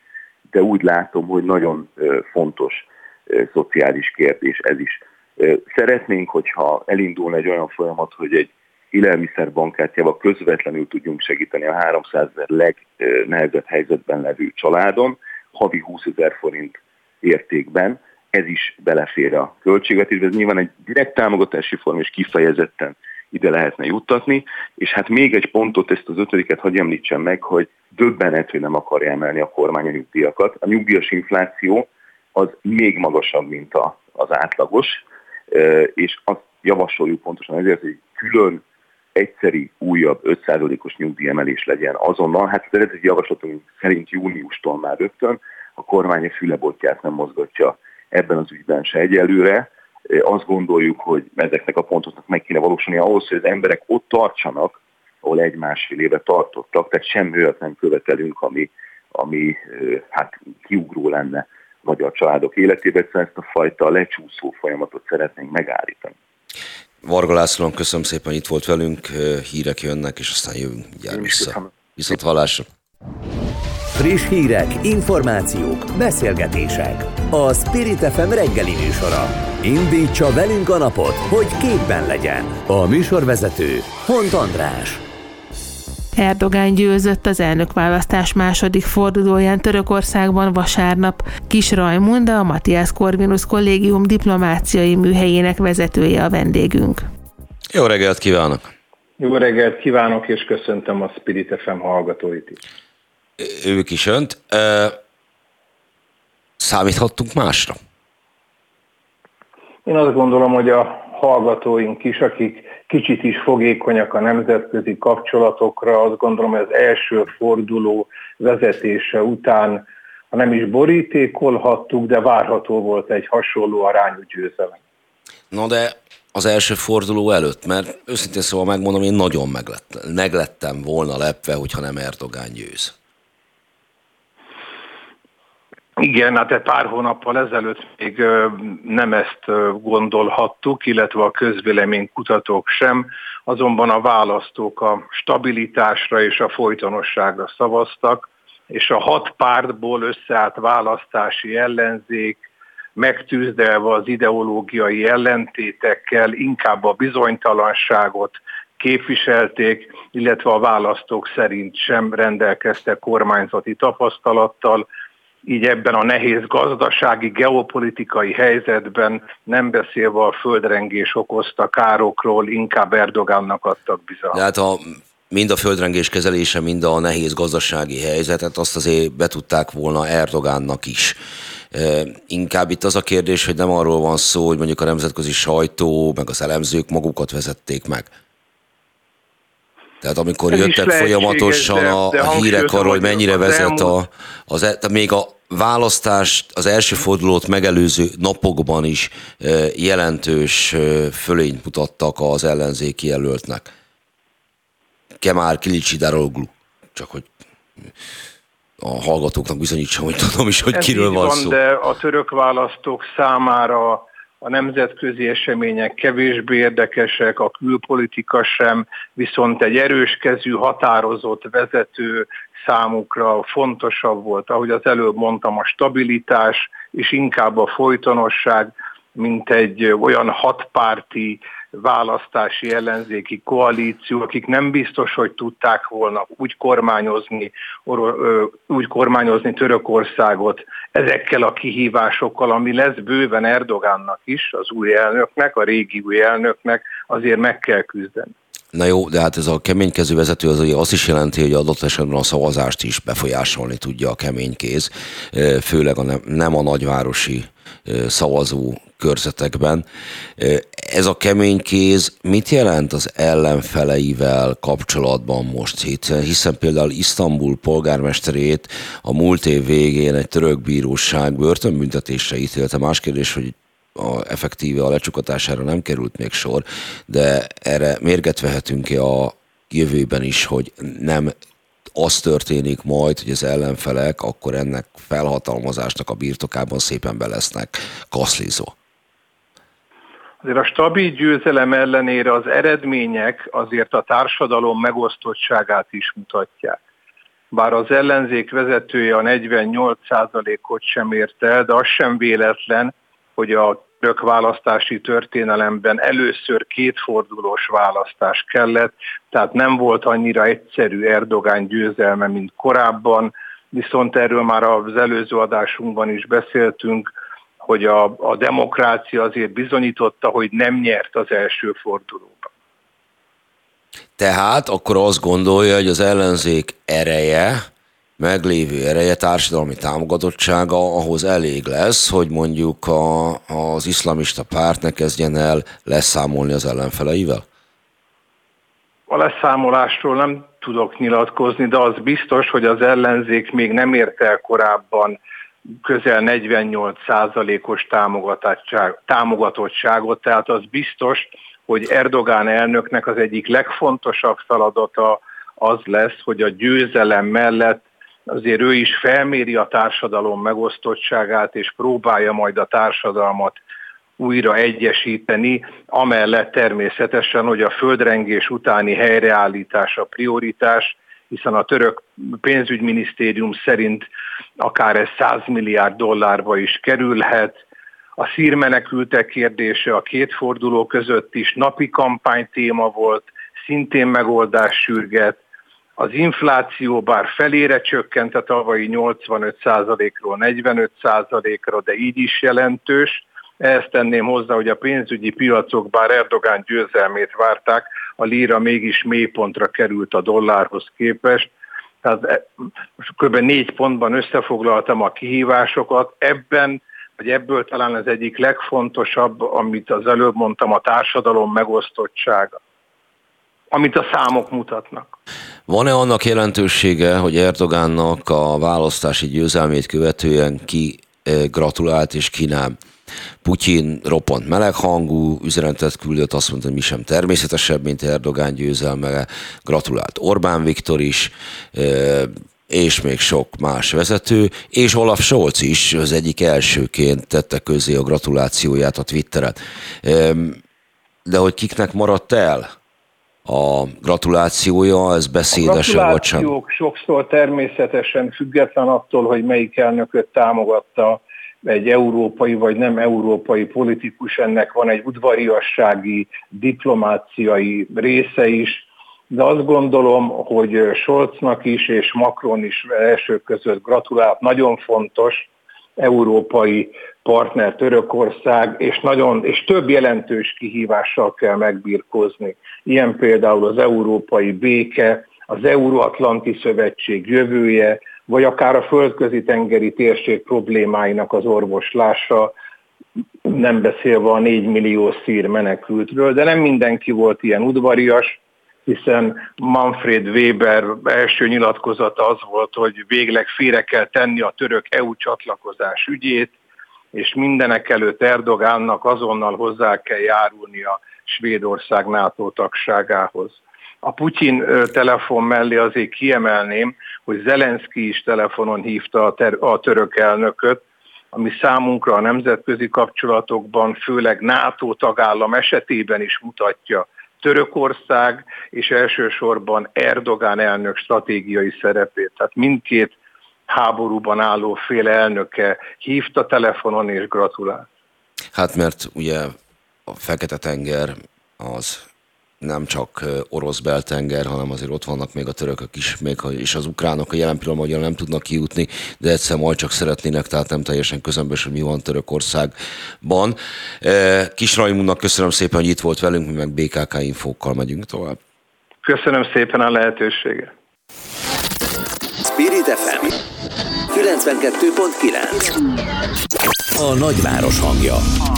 de úgy látom, hogy nagyon fontos szociális kérdés ez is. Szeretnénk, hogyha elindulna egy olyan folyamat, hogy egy élelmiszerbankkártyával közvetlenül tudjunk segíteni a háromszázezer legnehezebb helyzetben levő családon, havi húszezer forint értékben, ez is belefér a költségvetésbe. Ez nyilván egy direkt támogatási form, és kifejezetten ide lehetne juttatni, és hát még egy pontot, ezt az ötödiket hadd említsem meg, hogy döbbenet, hogy nem akarja emelni a kormány a nyugdíjakat. A nyugdíjas infláció az még magasabb, mint a, az átlagos, és azt javasoljuk pontosan ezért, hogy külön egyszeri újabb öt százalékos nyugdíjemelés legyen azonnal. Hát ez egy javaslatunk szerint júniustól már rögtön, a kormány a fülebotját nem mozgatja ebben az ügyben se egyelőre. Azt gondoljuk, hogy ezeknek a pontoknak meg kéne valósulni ahhoz, hogy az emberek ott tartsanak, ahol egy-másfél éve tartottak, tehát semmi olyat nem követelünk, ami, ami hát kiugró lenne magyar családok életében, szóval ezt a fajta lecsúszó folyamatot szeretnénk megállítani. Varga Lászlónak köszönöm szépen, hogy itt volt velünk, hírek jönnek, és aztán jövünk mindjárt vissza. Viszont hallásra! Friss hírek, információk, beszélgetések. A Spirit ef em reggeli műsora. Indítsa velünk a napot, hogy képben legyen. A műsorvezető Hont András. Erdogán győzött az elnökválasztás második fordulóján Törökországban vasárnap. Kis Rajmunda, a Matthias Corvinus Kollégium diplomáciai műhelyének vezetője a vendégünk. Jó reggelt kívánok! Jó reggelt kívánok, és köszöntöm a Spirit ef em hallgatóit is. Ők is önt. Számíthattunk másra? Én azt gondolom, hogy a hallgatóink is, akik kicsit is fogékonyak a nemzetközi kapcsolatokra, azt gondolom, hogy az első forduló vezetése után, ha nem is borítékolhattuk, de várható volt egy hasonló arányú győzelem. Na de az első forduló előtt, mert őszintén szóval megmondom, én nagyon meglettem, meglettem volna lepve, hogyha nem Erdogán győz. Igen, hát egy pár hónappal ezelőtt még nem ezt gondolhattuk, illetve a közvéleménykutatók sem, azonban a választók a stabilitásra és a folytonosságra szavaztak, és a hat pártból összeállt választási ellenzék megtűzdelve az ideológiai ellentétekkel inkább a bizonytalanságot képviselték, illetve a választók szerint sem rendelkeztek kormányzati tapasztalattal, így ebben a nehéz gazdasági, geopolitikai helyzetben, nem beszélve a földrengés okozta károkról, inkább Erdogánnak adtak bizalmat. De hát a, mind a földrengés kezelése, mind a nehéz gazdasági helyzetet azt azért be tudták volna Erdogánnak is. E, inkább itt az a kérdés, hogy nem arról van szó, hogy mondjuk a nemzetközi sajtó, meg az elemzők magukat vezették meg. Tehát amikor ez jöttek folyamatosan de, a, de a hírek arról, hogy mennyire vezet a, az, tehát még a választást, az első fordulót megelőző napokban is jelentős fölényt mutattak az ellenzéki jelöltnek. Kemal Kılıçdaroğlu, csak hogy a hallgatóknak bizonyítsam, hogy tudom is, hogy ez kiről van, van szó. De a török választók számára a nemzetközi események kevésbé érdekesek, a külpolitika sem, viszont egy erőskezű, határozott vezető számukra fontosabb volt, ahogy az előbb mondtam, a stabilitás, és inkább a folytonosság, mint egy olyan hatpárti választási ellenzéki koalíció, akik nem biztos, hogy tudták volna úgy kormányozni, úgy kormányozni Törökországot ezekkel a kihívásokkal, ami lesz bőven Erdogánnak is, az új elnöknek, a régi új elnöknek, azért meg kell küzdeni. Na jó, de hát ez a keménykezű vezető az ugye azt is jelenti, hogy adott esetben a szavazást is befolyásolni tudja a keménykéz, főleg a nem, nem a nagyvárosi szavazó körzetekben. Ez a keménykéz mit jelent az ellenfeleivel kapcsolatban most? Hiszen például Isztambul polgármesterét a múlt év végén egy török bíróság börtönbüntetésre ítélte. Más kérdés, hogy a effektíve a lecsukatására nem került még sor, de erre mérget vehetünk-e a jövőben is, hogy nem az történik majd, hogy az ellenfelek akkor ennek felhatalmazásnak a birtokában szépen be lesznek kaszlizó. Azért a stabil győzelem ellenére az eredmények azért a társadalom megosztottságát is mutatják. bár az ellenzék vezetője a negyvennyolc százalékot sem ért el, de az sem véletlen, hogy a török választási történelemben először kétfordulós választás kellett, tehát nem volt annyira egyszerű Erdogán győzelme, mint korábban, viszont erről már az előző adásunkban is beszéltünk, hogy a, a demokrácia azért bizonyította, hogy nem nyert az első fordulóban. Tehát akkor azt gondolja, hogy az ellenzék ereje, meglévő ereje, társadalmi támogatottsága ahhoz elég lesz, hogy mondjuk a, az iszlamista párt ne kezdjen el leszámolni az ellenfeleivel? A leszámolásról nem tudok nyilatkozni, de az biztos, hogy az ellenzék még nem ért el korábban közel negyvennyolc százalékos támogatottságot, tehát az biztos, hogy Erdogán elnöknek az egyik legfontosabb feladata az lesz, hogy a győzelem mellett azért ő is felméri a társadalom megosztottságát, és próbálja majd a társadalmat újra egyesíteni, amellett természetesen, hogy a földrengés utáni helyreállítás a prioritás, hiszen a török pénzügyminisztérium szerint akár ez száz milliárd dollárba is kerülhet. A szírmenekültek kérdése a két forduló között is napi kampánytéma volt, szintén megoldás sürget. Az infláció bár felére csökkent a tavalyi nyolcvanöt százalékról negyvenöt százalékra, de így is jelentős. Ehhez tenném hozzá, hogy a pénzügyi piacok bár Erdogán győzelmét várták, a líra mégis mélypontra került a dollárhoz képest. Tehát most kb. négy pontban összefoglaltam a kihívásokat. Ebben, vagy ebből talán az egyik legfontosabb, amit az előbb mondtam, a társadalom megosztottsága, amit a számok mutatnak. Van-e annak jelentősége, hogy Erdogánnak a választási győzelmét követően ki gratulált és ki nem? Putyin roppant meleghangú üzenetet küldött, azt mondta, hogy mi sem természetesebb, mint Erdogán győzelme, gratulált Orbán Viktor is, és még sok más vezető, és Olaf Scholz is az egyik elsőként tette közzé a gratulációját a Twitteren. De hogy kiknek maradt el a gratulációja, ez beszédesen vagy sem? A gratulációk sokszor természetesen független attól, hogy melyik elnököt támogatta egy európai vagy nem európai politikus, ennek van egy udvariassági, diplomáciai része is, de azt gondolom, hogy Scholznak is és Macron is elsők között gratulált. Nagyon fontos európai partner Törökország, és, nagyon, és több jelentős kihívással kell megbirkózni. Ilyen például az európai béke, az Euróatlanti Szövetség jövője, vagy akár a földközi tengeri térség problémáinak az orvoslása, nem beszélve a négy millió szír menekültről, de nem mindenki volt ilyen udvarias, hiszen Manfred Weber első nyilatkozata az volt, hogy végleg félre kell tenni a török é u csatlakozás ügyét, és mindenek előtt Erdogánnak azonnal hozzá kell járulni a Svédország NATO tagságához. A Putyin telefon mellé azért kiemelném, hogy Zelenszky is telefonon hívta a, ter- a török elnököt, ami számunkra a nemzetközi kapcsolatokban, főleg NATO tagállam esetében is mutatja Törökország és elsősorban Erdogán elnök stratégiai szerepét. Tehát mindkét háborúban álló fél elnöke hívta telefonon és gratulált. Hát mert ugye a Fekete-tenger az nem csak orosz beltenger, hanem azért ott vannak még a törökök is, még és az ukránok a jelen pillanatban nem tudnak kijutni, de egyszer majd csak szeretnének, tehát nem teljesen közömbös, hogy mi van Törökországban. Kis Raimunnak köszönöm szépen, hogy itt volt velünk, mi meg bé ká ká infókkal megyünk tovább. Köszönöm szépen a lehetőséget. Spirit ef em kilencvenkettő pont kilenc. A nagyváros hangja.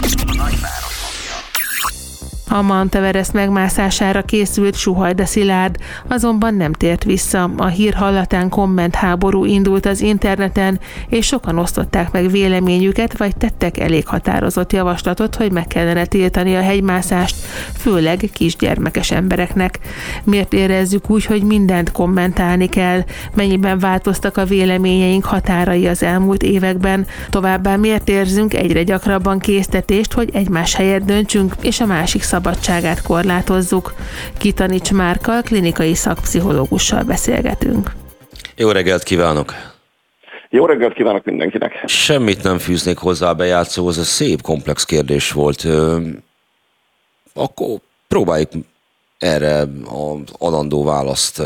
A Mount Everest megmászására készült Suhajda Szilárd azonban nem tért vissza. A hír hallatán kommentháború indult az interneten, és sokan osztották meg véleményüket, vagy tettek elég határozott javaslatot, hogy meg kellene tiltani a hegymászást, főleg kisgyermekes embereknek. Miért érezzük úgy, hogy mindent kommentálni kell? Mennyiben változtak a véleményeink határai az elmúlt években? Továbbá miért érzünk egyre gyakrabban késztetést, hogy egymás helyett döntsünk, és a másik szabadságát korlátozzuk? Kitanics Márkkal, klinikai szakpszichológussal beszélgetünk. Jó reggelt kívánok! Jó reggelt kívánok mindenkinek! Semmit nem fűznék hozzá a bejátszóhoz, ez szép, komplex kérdés volt. Akkor próbáljuk erre az adandó választ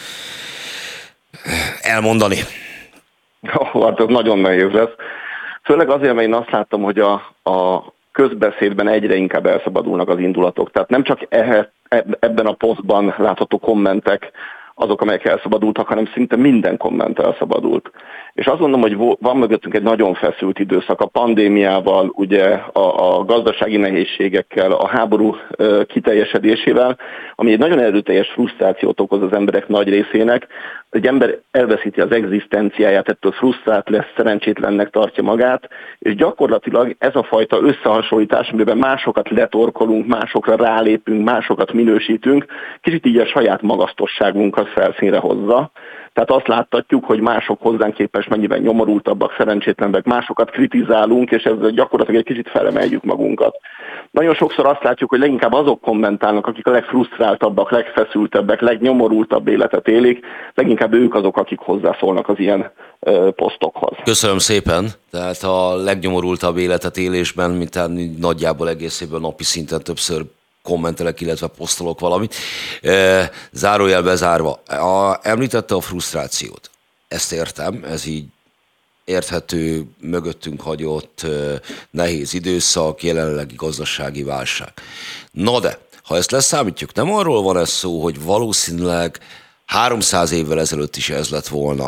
elmondani. Oh, hát ez nagyon nehéz lesz. Főleg azért, mert én azt láttam, hogy a, a közbeszédben egyre inkább elszabadulnak az indulatok. Tehát nem csak e, ebben a posztban látható kommentek azok, amelyek elszabadultak, hanem szinte minden komment elszabadult. És azt mondom, hogy van mögöttünk egy nagyon feszült időszak a pandémiával, ugye a, a gazdasági nehézségekkel, a háború e, kiteljesedésével, ami egy nagyon erőteljes frusztrációt okoz az emberek nagy részének. Egy ember elveszíti az egzisztenciáját, ettől frusztrált lesz, szerencsétlennek tartja magát, és gyakorlatilag ez a fajta összehasonlítás, amiben másokat letorkolunk, másokra rálépünk, másokat minősítünk, kicsit így a saját magasztosságunkat felszínre hozza. Tehát azt láttatjuk, hogy mások hozzánk képest mennyiben nyomorultabbak, szerencsétlenek, másokat kritizálunk, és ezzel gyakorlatilag egy kicsit felemeljük magunkat. Nagyon sokszor azt látjuk, hogy leginkább azok kommentálnak, akik a legfrusztráltabbak, legfeszültebbek, legnyomorultabb életet élik, leginkább ők azok, akik hozzászólnak az ilyen ö, posztokhoz. Köszönöm szépen. Tehát a legnyomorultabb életet élésben, mint nagyjából egész évben napi szinten többször kommentelek, illetve posztolok valamit. Zárójel bezárva. A, említette a frusztrációt. Ezt értem, ez így érthető, mögöttünk hagyott nehéz időszak, jelenlegi gazdasági válság. Na de, ha ezt leszámítjuk, nem arról van ez szó, hogy valószínűleg háromszáz évvel ezelőtt is ez lett volna.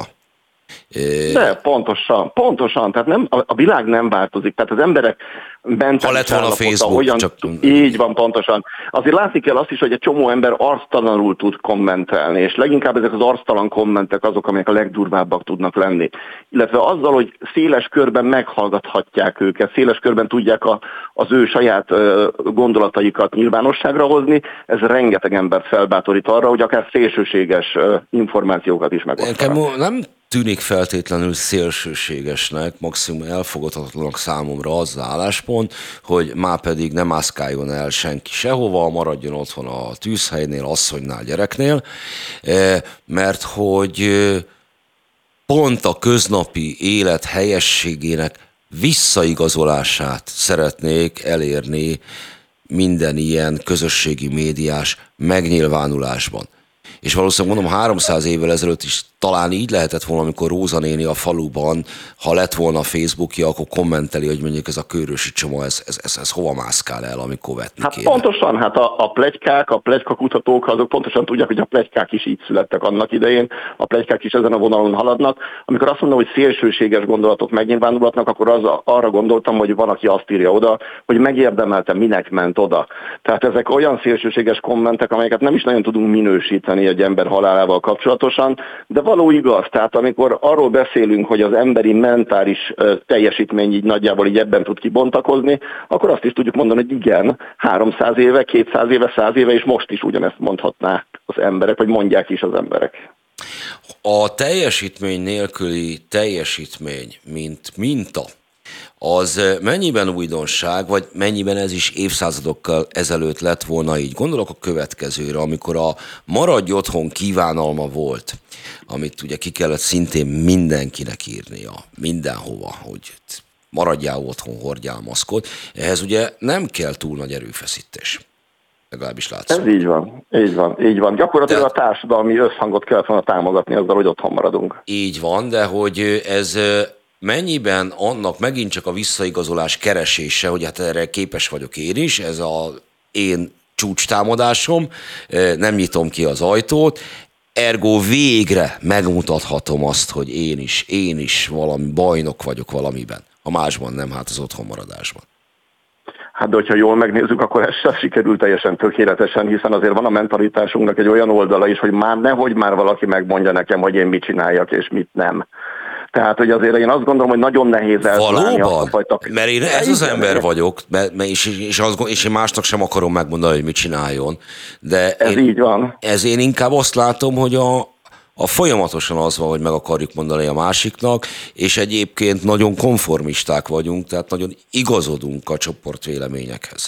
De pontosan, pontosan, tehát nem, a, a világ nem változik, tehát az emberek mentális állapota olyan, csak... így van pontosan. Azért látni kell azt is, hogy egy csomó ember arctalanul tud kommentelni, és leginkább ezek az arctalan kommentek azok, amelyek a legdurvábbak tudnak lenni. Illetve azzal, hogy széles körben meghallgathatják őket, széles körben tudják a, az ő saját uh, gondolataikat nyilvánosságra hozni, ez rengeteg embert felbátorít arra, hogy akár szélsőséges uh, információkat is megosztanak. Nem tűnik feltétlenül szélsőségesnek, maximum elfogadhatatlanak számomra az álláspont, hogy már pedig nem mászkáljon el senki sehova, maradjon otthon a tűzhelynél, asszonynál, gyereknél, mert hogy pont a köznapi élet helyességének visszaigazolását szeretnék elérni minden ilyen közösségi médiás megnyilvánulásban. És valószínűleg mondom, háromszáz évvel ezelőtt is talán így lehetett volna, amikor Róza néni a faluban, ha lett volna Facebookja, akkor kommenteli, hogy mondjuk ez a Kőrösi csoma, ez, ez, ez, ez hova mászkál el, amikor vetni hát kéne. Pontosan, hát a, a pletykák, a pletykakutatók, azok pontosan tudják, hogy a pletykák is így születtek annak idején, a pletykák is ezen a vonalon haladnak. Amikor azt mondom, hogy szélsőséges gondolatok megnyilvánulhatnak, akkor az, arra gondoltam, hogy van, aki azt írja oda, hogy megérdemelte, minek ment oda. Tehát ezek olyan szélsőséges kommentek, amelyeket nem is nagyon tudunk minősíteni egy ember halálával kapcsolatosan, de való igaz. Tehát amikor arról beszélünk, hogy az emberi mentális teljesítmény így nagyjából így ebben tud kibontakozni, akkor azt is tudjuk mondani, hogy igen, háromszáz éve, kétszáz éve, száz éve, és most is ugyanezt mondhatnák az emberek, vagy mondják is az emberek. A teljesítmény nélküli teljesítmény, mint minta, az mennyiben újdonság, vagy mennyiben ez is évszázadokkal ezelőtt lett volna így? Gondolok a következőre, amikor a maradj otthon kívánalma volt, amit ugye ki kellett szintén mindenkinek írnia, mindenhova, hogy maradjál otthon, hordjál maszkot. Ehhez ugye nem kell túl nagy erőfeszítés. Legalábbis látszik. Ez így van, így van, így van. Gyakorlatilag de, a társadalmi összhangot kell volna támogatni azzal, hogy otthon maradunk. Így van, de hogy ez mennyiben annak megint csak a visszaigazolás keresése, hogy hát erre képes vagyok én is, ez az én csúcstámadásom, nem nyitom ki az ajtót, ergo végre megmutathatom azt, hogy én is, én is valami bajnok vagyok valamiben. Ha másban nem, hát az otthonmaradásban. Hát de hogyha jól megnézzük, akkor ez sem sikerült teljesen tökéletesen, hiszen azért van a mentalitásunknak egy olyan oldala is, hogy már nehogy már valaki megmondja nekem, hogy én mit csináljak és mit nem. Tehát, hogy azért én azt gondolom, hogy nagyon nehéz eltalálni azt a fajta... Mert én ez az ember vagyok, mert, és, és, az, és én másnak sem akarom megmondani, hogy mit csináljon. De ez én, így van. Ez én inkább azt látom, hogy a, a folyamatosan az van, hogy meg akarjuk mondani a másiknak, és egyébként nagyon konformisták vagyunk, tehát nagyon igazodunk a csoportvéleményekhez.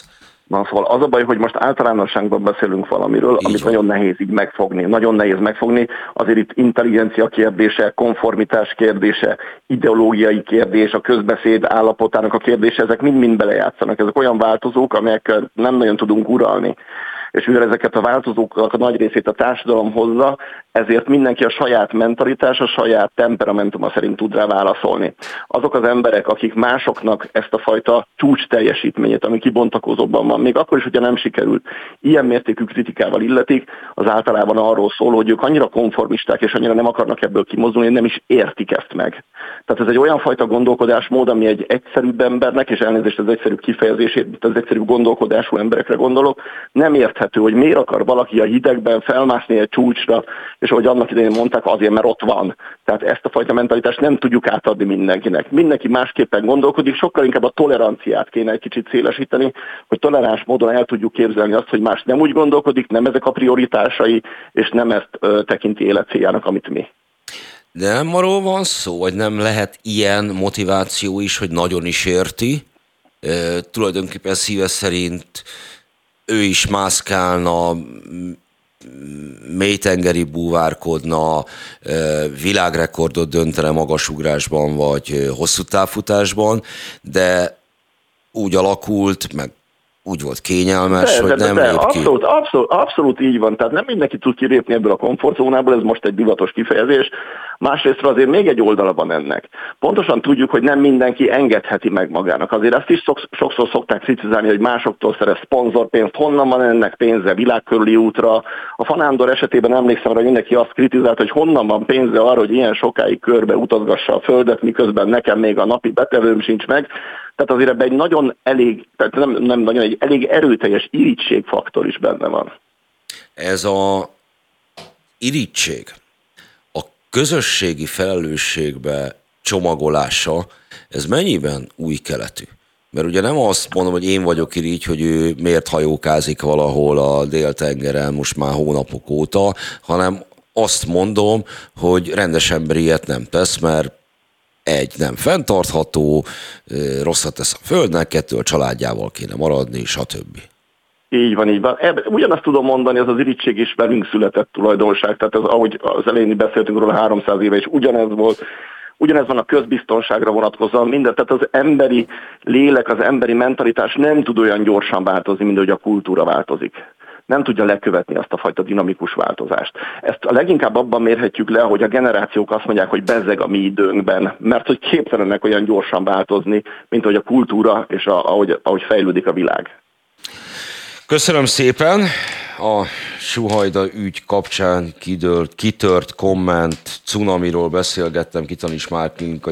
Na szóval az a baj, hogy most általánosságban beszélünk valamiről, így amit van. Nagyon nehéz így megfogni. Nagyon nehéz megfogni. Azért itt intelligencia kérdése, konformitás kérdése, ideológiai kérdés, a közbeszéd állapotának a kérdése, ezek mind-mind belejátszanak. Ezek olyan változók, amelyekkel nem nagyon tudunk uralni. És mivel ezeket a változóknak a nagy részét a társadalom hozza, ezért mindenki a saját mentalitás, a saját temperamentuma szerint tud rá válaszolni. Azok az emberek, akik másoknak ezt a fajta csúcs teljesítményét, ami kibontakozóban van, még akkor is, hogyha nem sikerült, ilyen mértékű kritikával illetik, az általában arról szól, hogy ők annyira konformisták, és annyira nem akarnak ebből kimozdulni, hogy nem is értik ezt meg. Tehát ez egy olyan fajta gondolkodásmód, ami egy egyszerűbb embernek, és elnézést az egyszerűbb kifejezését, az egyszerűbb gondolkodású emberekre gondolok, nem érthető, hogy miért akar valaki a hidegben felmászni egy csúcsra, és ahogy annak idején mondták, azért, mert ott van. Tehát ezt a fajta mentalitást nem tudjuk átadni mindenkinek. Mindenki másképpen gondolkodik, sokkal inkább a toleranciát kéne egy kicsit szélesíteni, hogy toleráns módon el tudjuk képzelni azt, hogy más nem úgy gondolkodik, nem ezek a prioritásai, és nem ezt ö, tekinti életcéljának, amit mi. De nem arról van szó, hogy nem lehet ilyen motiváció is, hogy nagyon is érti. E, tulajdonképpen szíve szerint ő is mászkálna, mélytengeri búvárkodna, világrekordot döntene magasugrásban vagy hosszú távfutásban, de úgy alakult, meg úgy volt kényelmes, de, hogy de, nem de, lép ki. Abszolút, abszolút, abszolút így van, tehát nem mindenki tud kilépni ebből a komfortzónából, ez most egy divatos kifejezés. Másrészt azért még egy oldala van ennek. Pontosan tudjuk, hogy nem mindenki engedheti meg magának. Azért ezt is sokszor szokták kritizálni, hogy másoktól szerez szponzorpénzt, honnan van ennek pénze világkörüli útra. A Fanándor esetében emlékszem, hogy mindenki azt kritizált, hogy honnan van pénze arra, hogy ilyen sokáig körbe utazgassa a földet, miközben nekem még a napi betevőm sincs meg. Tehát azért ebben egy nagyon elég, tehát nem, nem nagyon, egy elég erőteljes irítségfaktor is benne van. Ez a irigység, a közösségi felelősségbe csomagolása, ez mennyiben új keletű? Mert ugye nem azt mondom, hogy én vagyok irigy, hogy ő miért hajókázik valahol a Dél-tengeren most már hónapok óta, hanem azt mondom, hogy rendes ember ilyet nem tesz, mert egy, nem fenntartható, rosszat tesz a földnek, kettő, a családjával kéne maradni, stb. Így van, így van. Ebben, ugyanazt tudom mondani, ez az irigység is velünk született tulajdonság, tehát ez, ahogy az elején beszéltünk róla háromszáz éve, és ugyanez volt, ugyanez van a közbiztonságra vonatkozóan, minden, tehát az emberi lélek, az emberi mentalitás nem tud olyan gyorsan változni, mint ahogy a kultúra változik. Nem tudja lekövetni azt a fajta dinamikus változást. Ezt a leginkább abban mérhetjük le, hogy a generációk azt mondják, hogy bezzeg a mi időnkben, mert hogy képtelenek olyan gyorsan változni, mint ahogy a kultúra és a, ahogy, ahogy fejlődik a világ. Köszönöm szépen! A Suhajda ügy kapcsán kidőlt, kitört komment cunamiról beszélgettem Kitanis Márk klinikai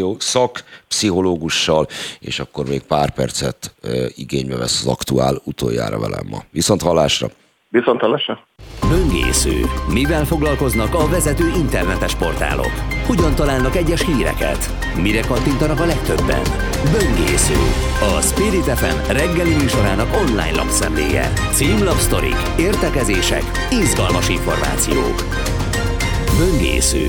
szakpszichológussal, és akkor még pár percet e, igénybe vesz az aktuál utoljára velem ma. Viszont hallásra! Viszont hallásra! Böngésző. Mivel foglalkoznak a vezető internetes portálok? Hogyan találnak egyes híreket? Mire kattintanak a legtöbben? Böngésző. A Spirit ef em reggeli műsorának online lapszemléje. Címlapsztorik, értekezések, izgalmas információk. Böngésző.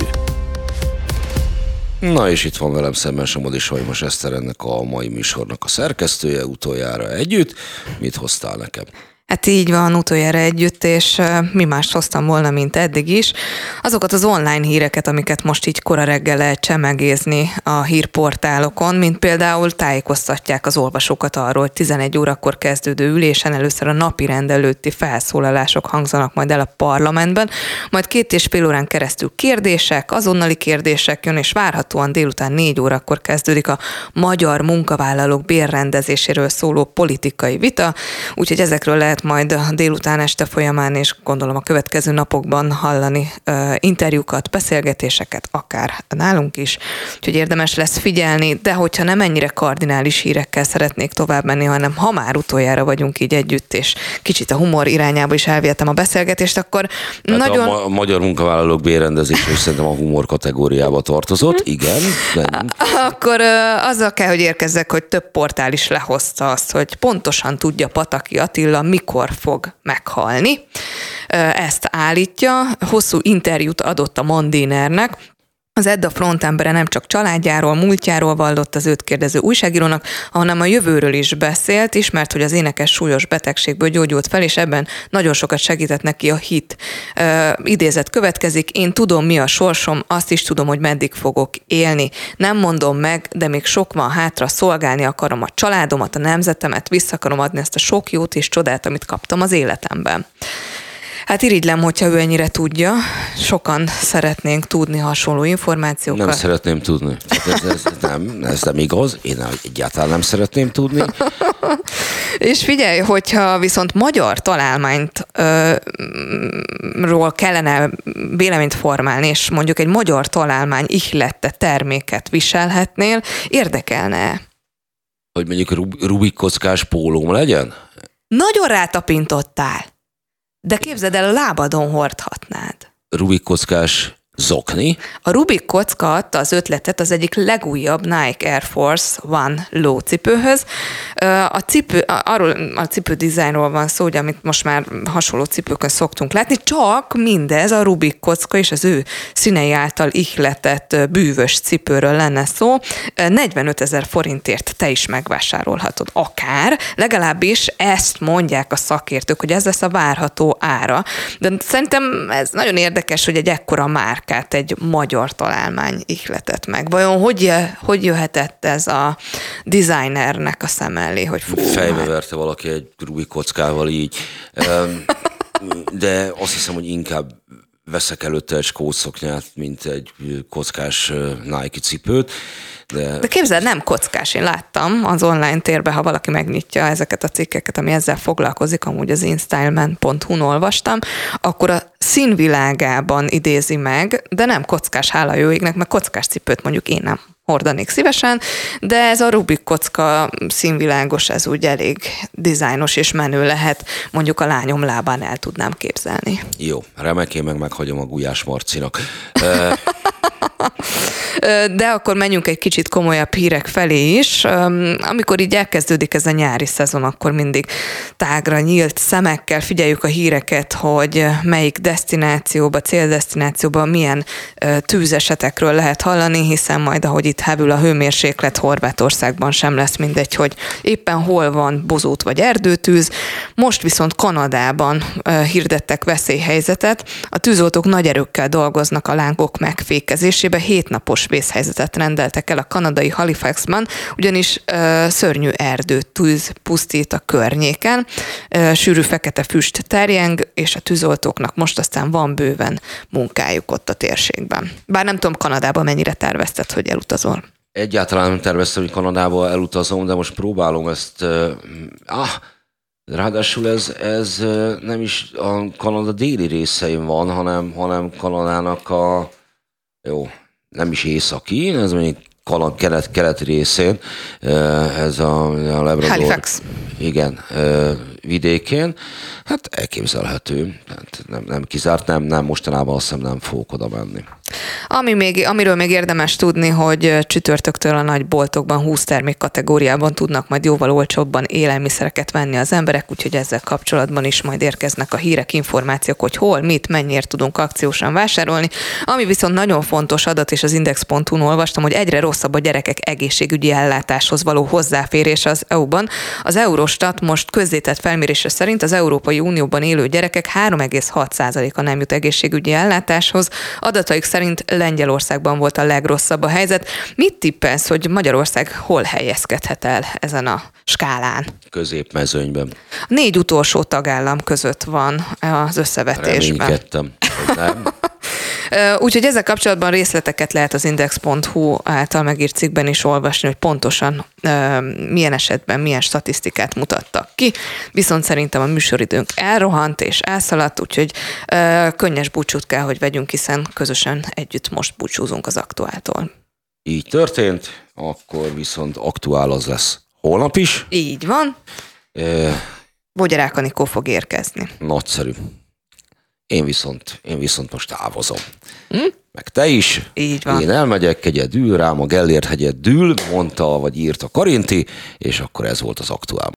Na és itt van velem szemben Somodi Solymos Eszter, ennek a mai műsornak a szerkesztője, utoljára együtt. Mit hoztál nekem? Hát így van, utoljára együtt, és mi mást hoztam volna, mint eddig is. Azokat az online híreket, amiket most így kora reggel lehet csemegézni a hírportálokon, mint például tájékoztatják az olvasókat arról, hogy tizenegy órakor kezdődő ülésen először a napirend előtti felszólalások hangzanak majd el a parlamentben, majd két és fél órán keresztül kérdések, azonnali kérdések jön, és várhatóan délután négy órakor kezdődik a magyar munkavállalók bérrendezéséről szóló politikai vita, úgyhogy ezekről lehet majd a délután este folyamán, és gondolom a következő napokban hallani uh, interjúkat, beszélgetéseket, akár nálunk is. Úgyhogy érdemes lesz figyelni, de hogyha nem ennyire kardinális hírekkel szeretnék tovább menni, hanem ha már utoljára vagyunk így együtt, és kicsit a humor irányába is elvihetem a beszélgetést, akkor hát nagyon... A, ma- a magyar munkavállalók bérrendezése is szerintem a humor kategóriába tartozott, igen. De... Akkor uh, azzal kell, hogy érkezzek, hogy több portál is lehozta azt, hogy pontosan tudja Pataki Attila, mikor fog meghalni. Ezt állítja. Hosszú interjút adott a Mandinernek, Az Edda frontembere nem csak családjáról, múltjáról vallott az őt kérdező újságírónak, hanem a jövőről is beszélt, ismert, hogy az énekes súlyos betegségből gyógyult fel, és ebben nagyon sokat segített neki a hit. Uh, idézet következik, én tudom, mi a sorsom, azt is tudom, hogy meddig fogok élni. Nem mondom meg, de még sok van hátra, szolgálni akarom a családomat, a nemzetemet, vissza akarom adni ezt a sok jót és csodát, amit kaptam az életemben. Hát irigylem, hogyha ő ennyire tudja. Sokan szeretnénk tudni hasonló információkat. Nem szeretném tudni. Ez, ez, nem, ez nem igaz. Én egyáltalán nem szeretném tudni. És figyelj, hogyha viszont magyar találmányt ö, ról kellene véleményt formálni, és mondjuk egy magyar találmány ihlette terméket viselhetnél, érdekelne? Hogy mondjuk Rubik kockás pólóm legyen? Nagyon rátapintottál. De képzeld el, a lábadon hordhatnád. Rubik kockás zokni? A Rubik kocka adta az ötletet az egyik legújabb Nike Air Force One lócipőhöz. A cipő, arról a cipő dizájnról van szó, ugye, amit most már hasonló cipőkön szoktunk látni, csak mindez a Rubik kocka és az ő színei által ihletett bűvös cipőről lenne szó. negyvenötezer forintért te is megvásárolhatod akár, legalábbis ezt mondják a szakértők, hogy ez lesz a várható ára. De szerintem ez nagyon érdekes, hogy egy ekkora márka egy magyar találmány ihletett meg. Vajon hogy, hogy jöhetett ez a designernek a szem elé, hogy fú, fejbe verte valaki egy Rubik kockával így. De azt hiszem, hogy inkább veszek előtte egy skótszoknyát, mint egy kockás Nike cipőt. De... De képzeld, nem kockás. Én láttam az online térben, ha valaki megnyitja ezeket a cikkeket, ami ezzel foglalkozik, amúgy az instyleman pont hu-n olvastam, akkor a színvilágában idézi meg, de nem kockás, hála jó égnek, mert kockás cipőt mondjuk én nem hordanék szívesen, de ez a Rubik kocka színvilágos, ez úgy elég dizájnos és menő lehet, mondjuk a lányom lábán el tudnám képzelni. Jó, remek, én meg meghagyom a Gulyás Marcinak. De akkor menjünk egy kicsit komolyabb hírek felé is. Amikor így elkezdődik ez a nyári szezon, akkor mindig tágra nyílt szemekkel figyeljük a híreket, hogy melyik desztinációba, céldesztinációba milyen tűzesetekről lehet hallani, hiszen majd, ahogy itt hevül a hőmérséklet, Horvátországban sem lesz mindegy, hogy éppen hol van bozót vagy erdőtűz. Most viszont Kanadában hirdettek veszélyhelyzetet. A tűzoltók nagy erőkkel dolgoznak a lángok megfékezésébe, hétnapos vészhelyzetet rendeltek el a kanadai Halifaxban, ugyanis ö, szörnyű erdőtűz pusztít a környéken, ö, sűrű fekete füst terjeng, és a tűzoltóknak most aztán van bőven munkájuk ott a térségben. Bár nem tudom, Kanadában mennyire tervezted, hogy elutazol. Egyáltalán nem terveztem, hogy Kanadába elutazom, de most próbálom ezt... Uh, ah, ráadásul ez, ez nem is a Kanada déli részein van, hanem, hanem Kanadának a... Jó, nem is északi, ez mondjuk kelet, keleti részén, ez a, a Labrador, Halifax. Igen, vidékén. Hát elképzelhető, hát nem, nem kizárt, nem, nem, mostanában azt hiszem nem fogok oda menni. Ami még, amiről még érdemes tudni, hogy csütörtöktől a nagy boltokban húsz termék kategóriában tudnak majd jóval olcsóbban élelmiszereket venni az emberek, úgyhogy ezzel kapcsolatban is majd érkeznek a hírek, információk, hogy hol, mit, mennyiért tudunk akciósan vásárolni. Ami viszont nagyon fontos adat, és az index pont hu-n olvastam, hogy egyre rosszabb a gyerekek egészségügyi ellátáshoz való hozzáférés az é u-ban. Az Eurostat most közzétett felmérése szerint az Európai Unióban élő gyerekek három egész hat százaléka nem jut egészségügyi ellátáshoz. Adataik szerint Lengyelországban volt a legrosszabb a helyzet. Mit tippelsz, hogy Magyarország hol helyezkedhet el ezen a skálán? Középmezőnyben. A négy utolsó tagállam között van az összevetésben. Reménykedtem, hogy nem. Úgyhogy ezzel kapcsolatban részleteket lehet az index pont hu által megírt cikkben is olvasni, hogy pontosan uh, milyen esetben milyen statisztikát mutattak ki. Viszont szerintem a műsoridőnk elrohant és elszaladt, úgyhogy uh, könnyes búcsút kell, hogy vegyünk, hiszen közösen együtt most búcsúzunk az Aktuáltól. Így történt, akkor viszont Aktuál az lesz holnap is. Így van. Uh, Bogyarák Anikó fog érkezni. Nagyszerű. Én viszont, én viszont most távozom. Hm? Meg te is. Így van. Én elmegyek egyedül, rám a Gellért hegyet dől, mondta, vagy írta Karinti, és akkor ez volt az Aktuál.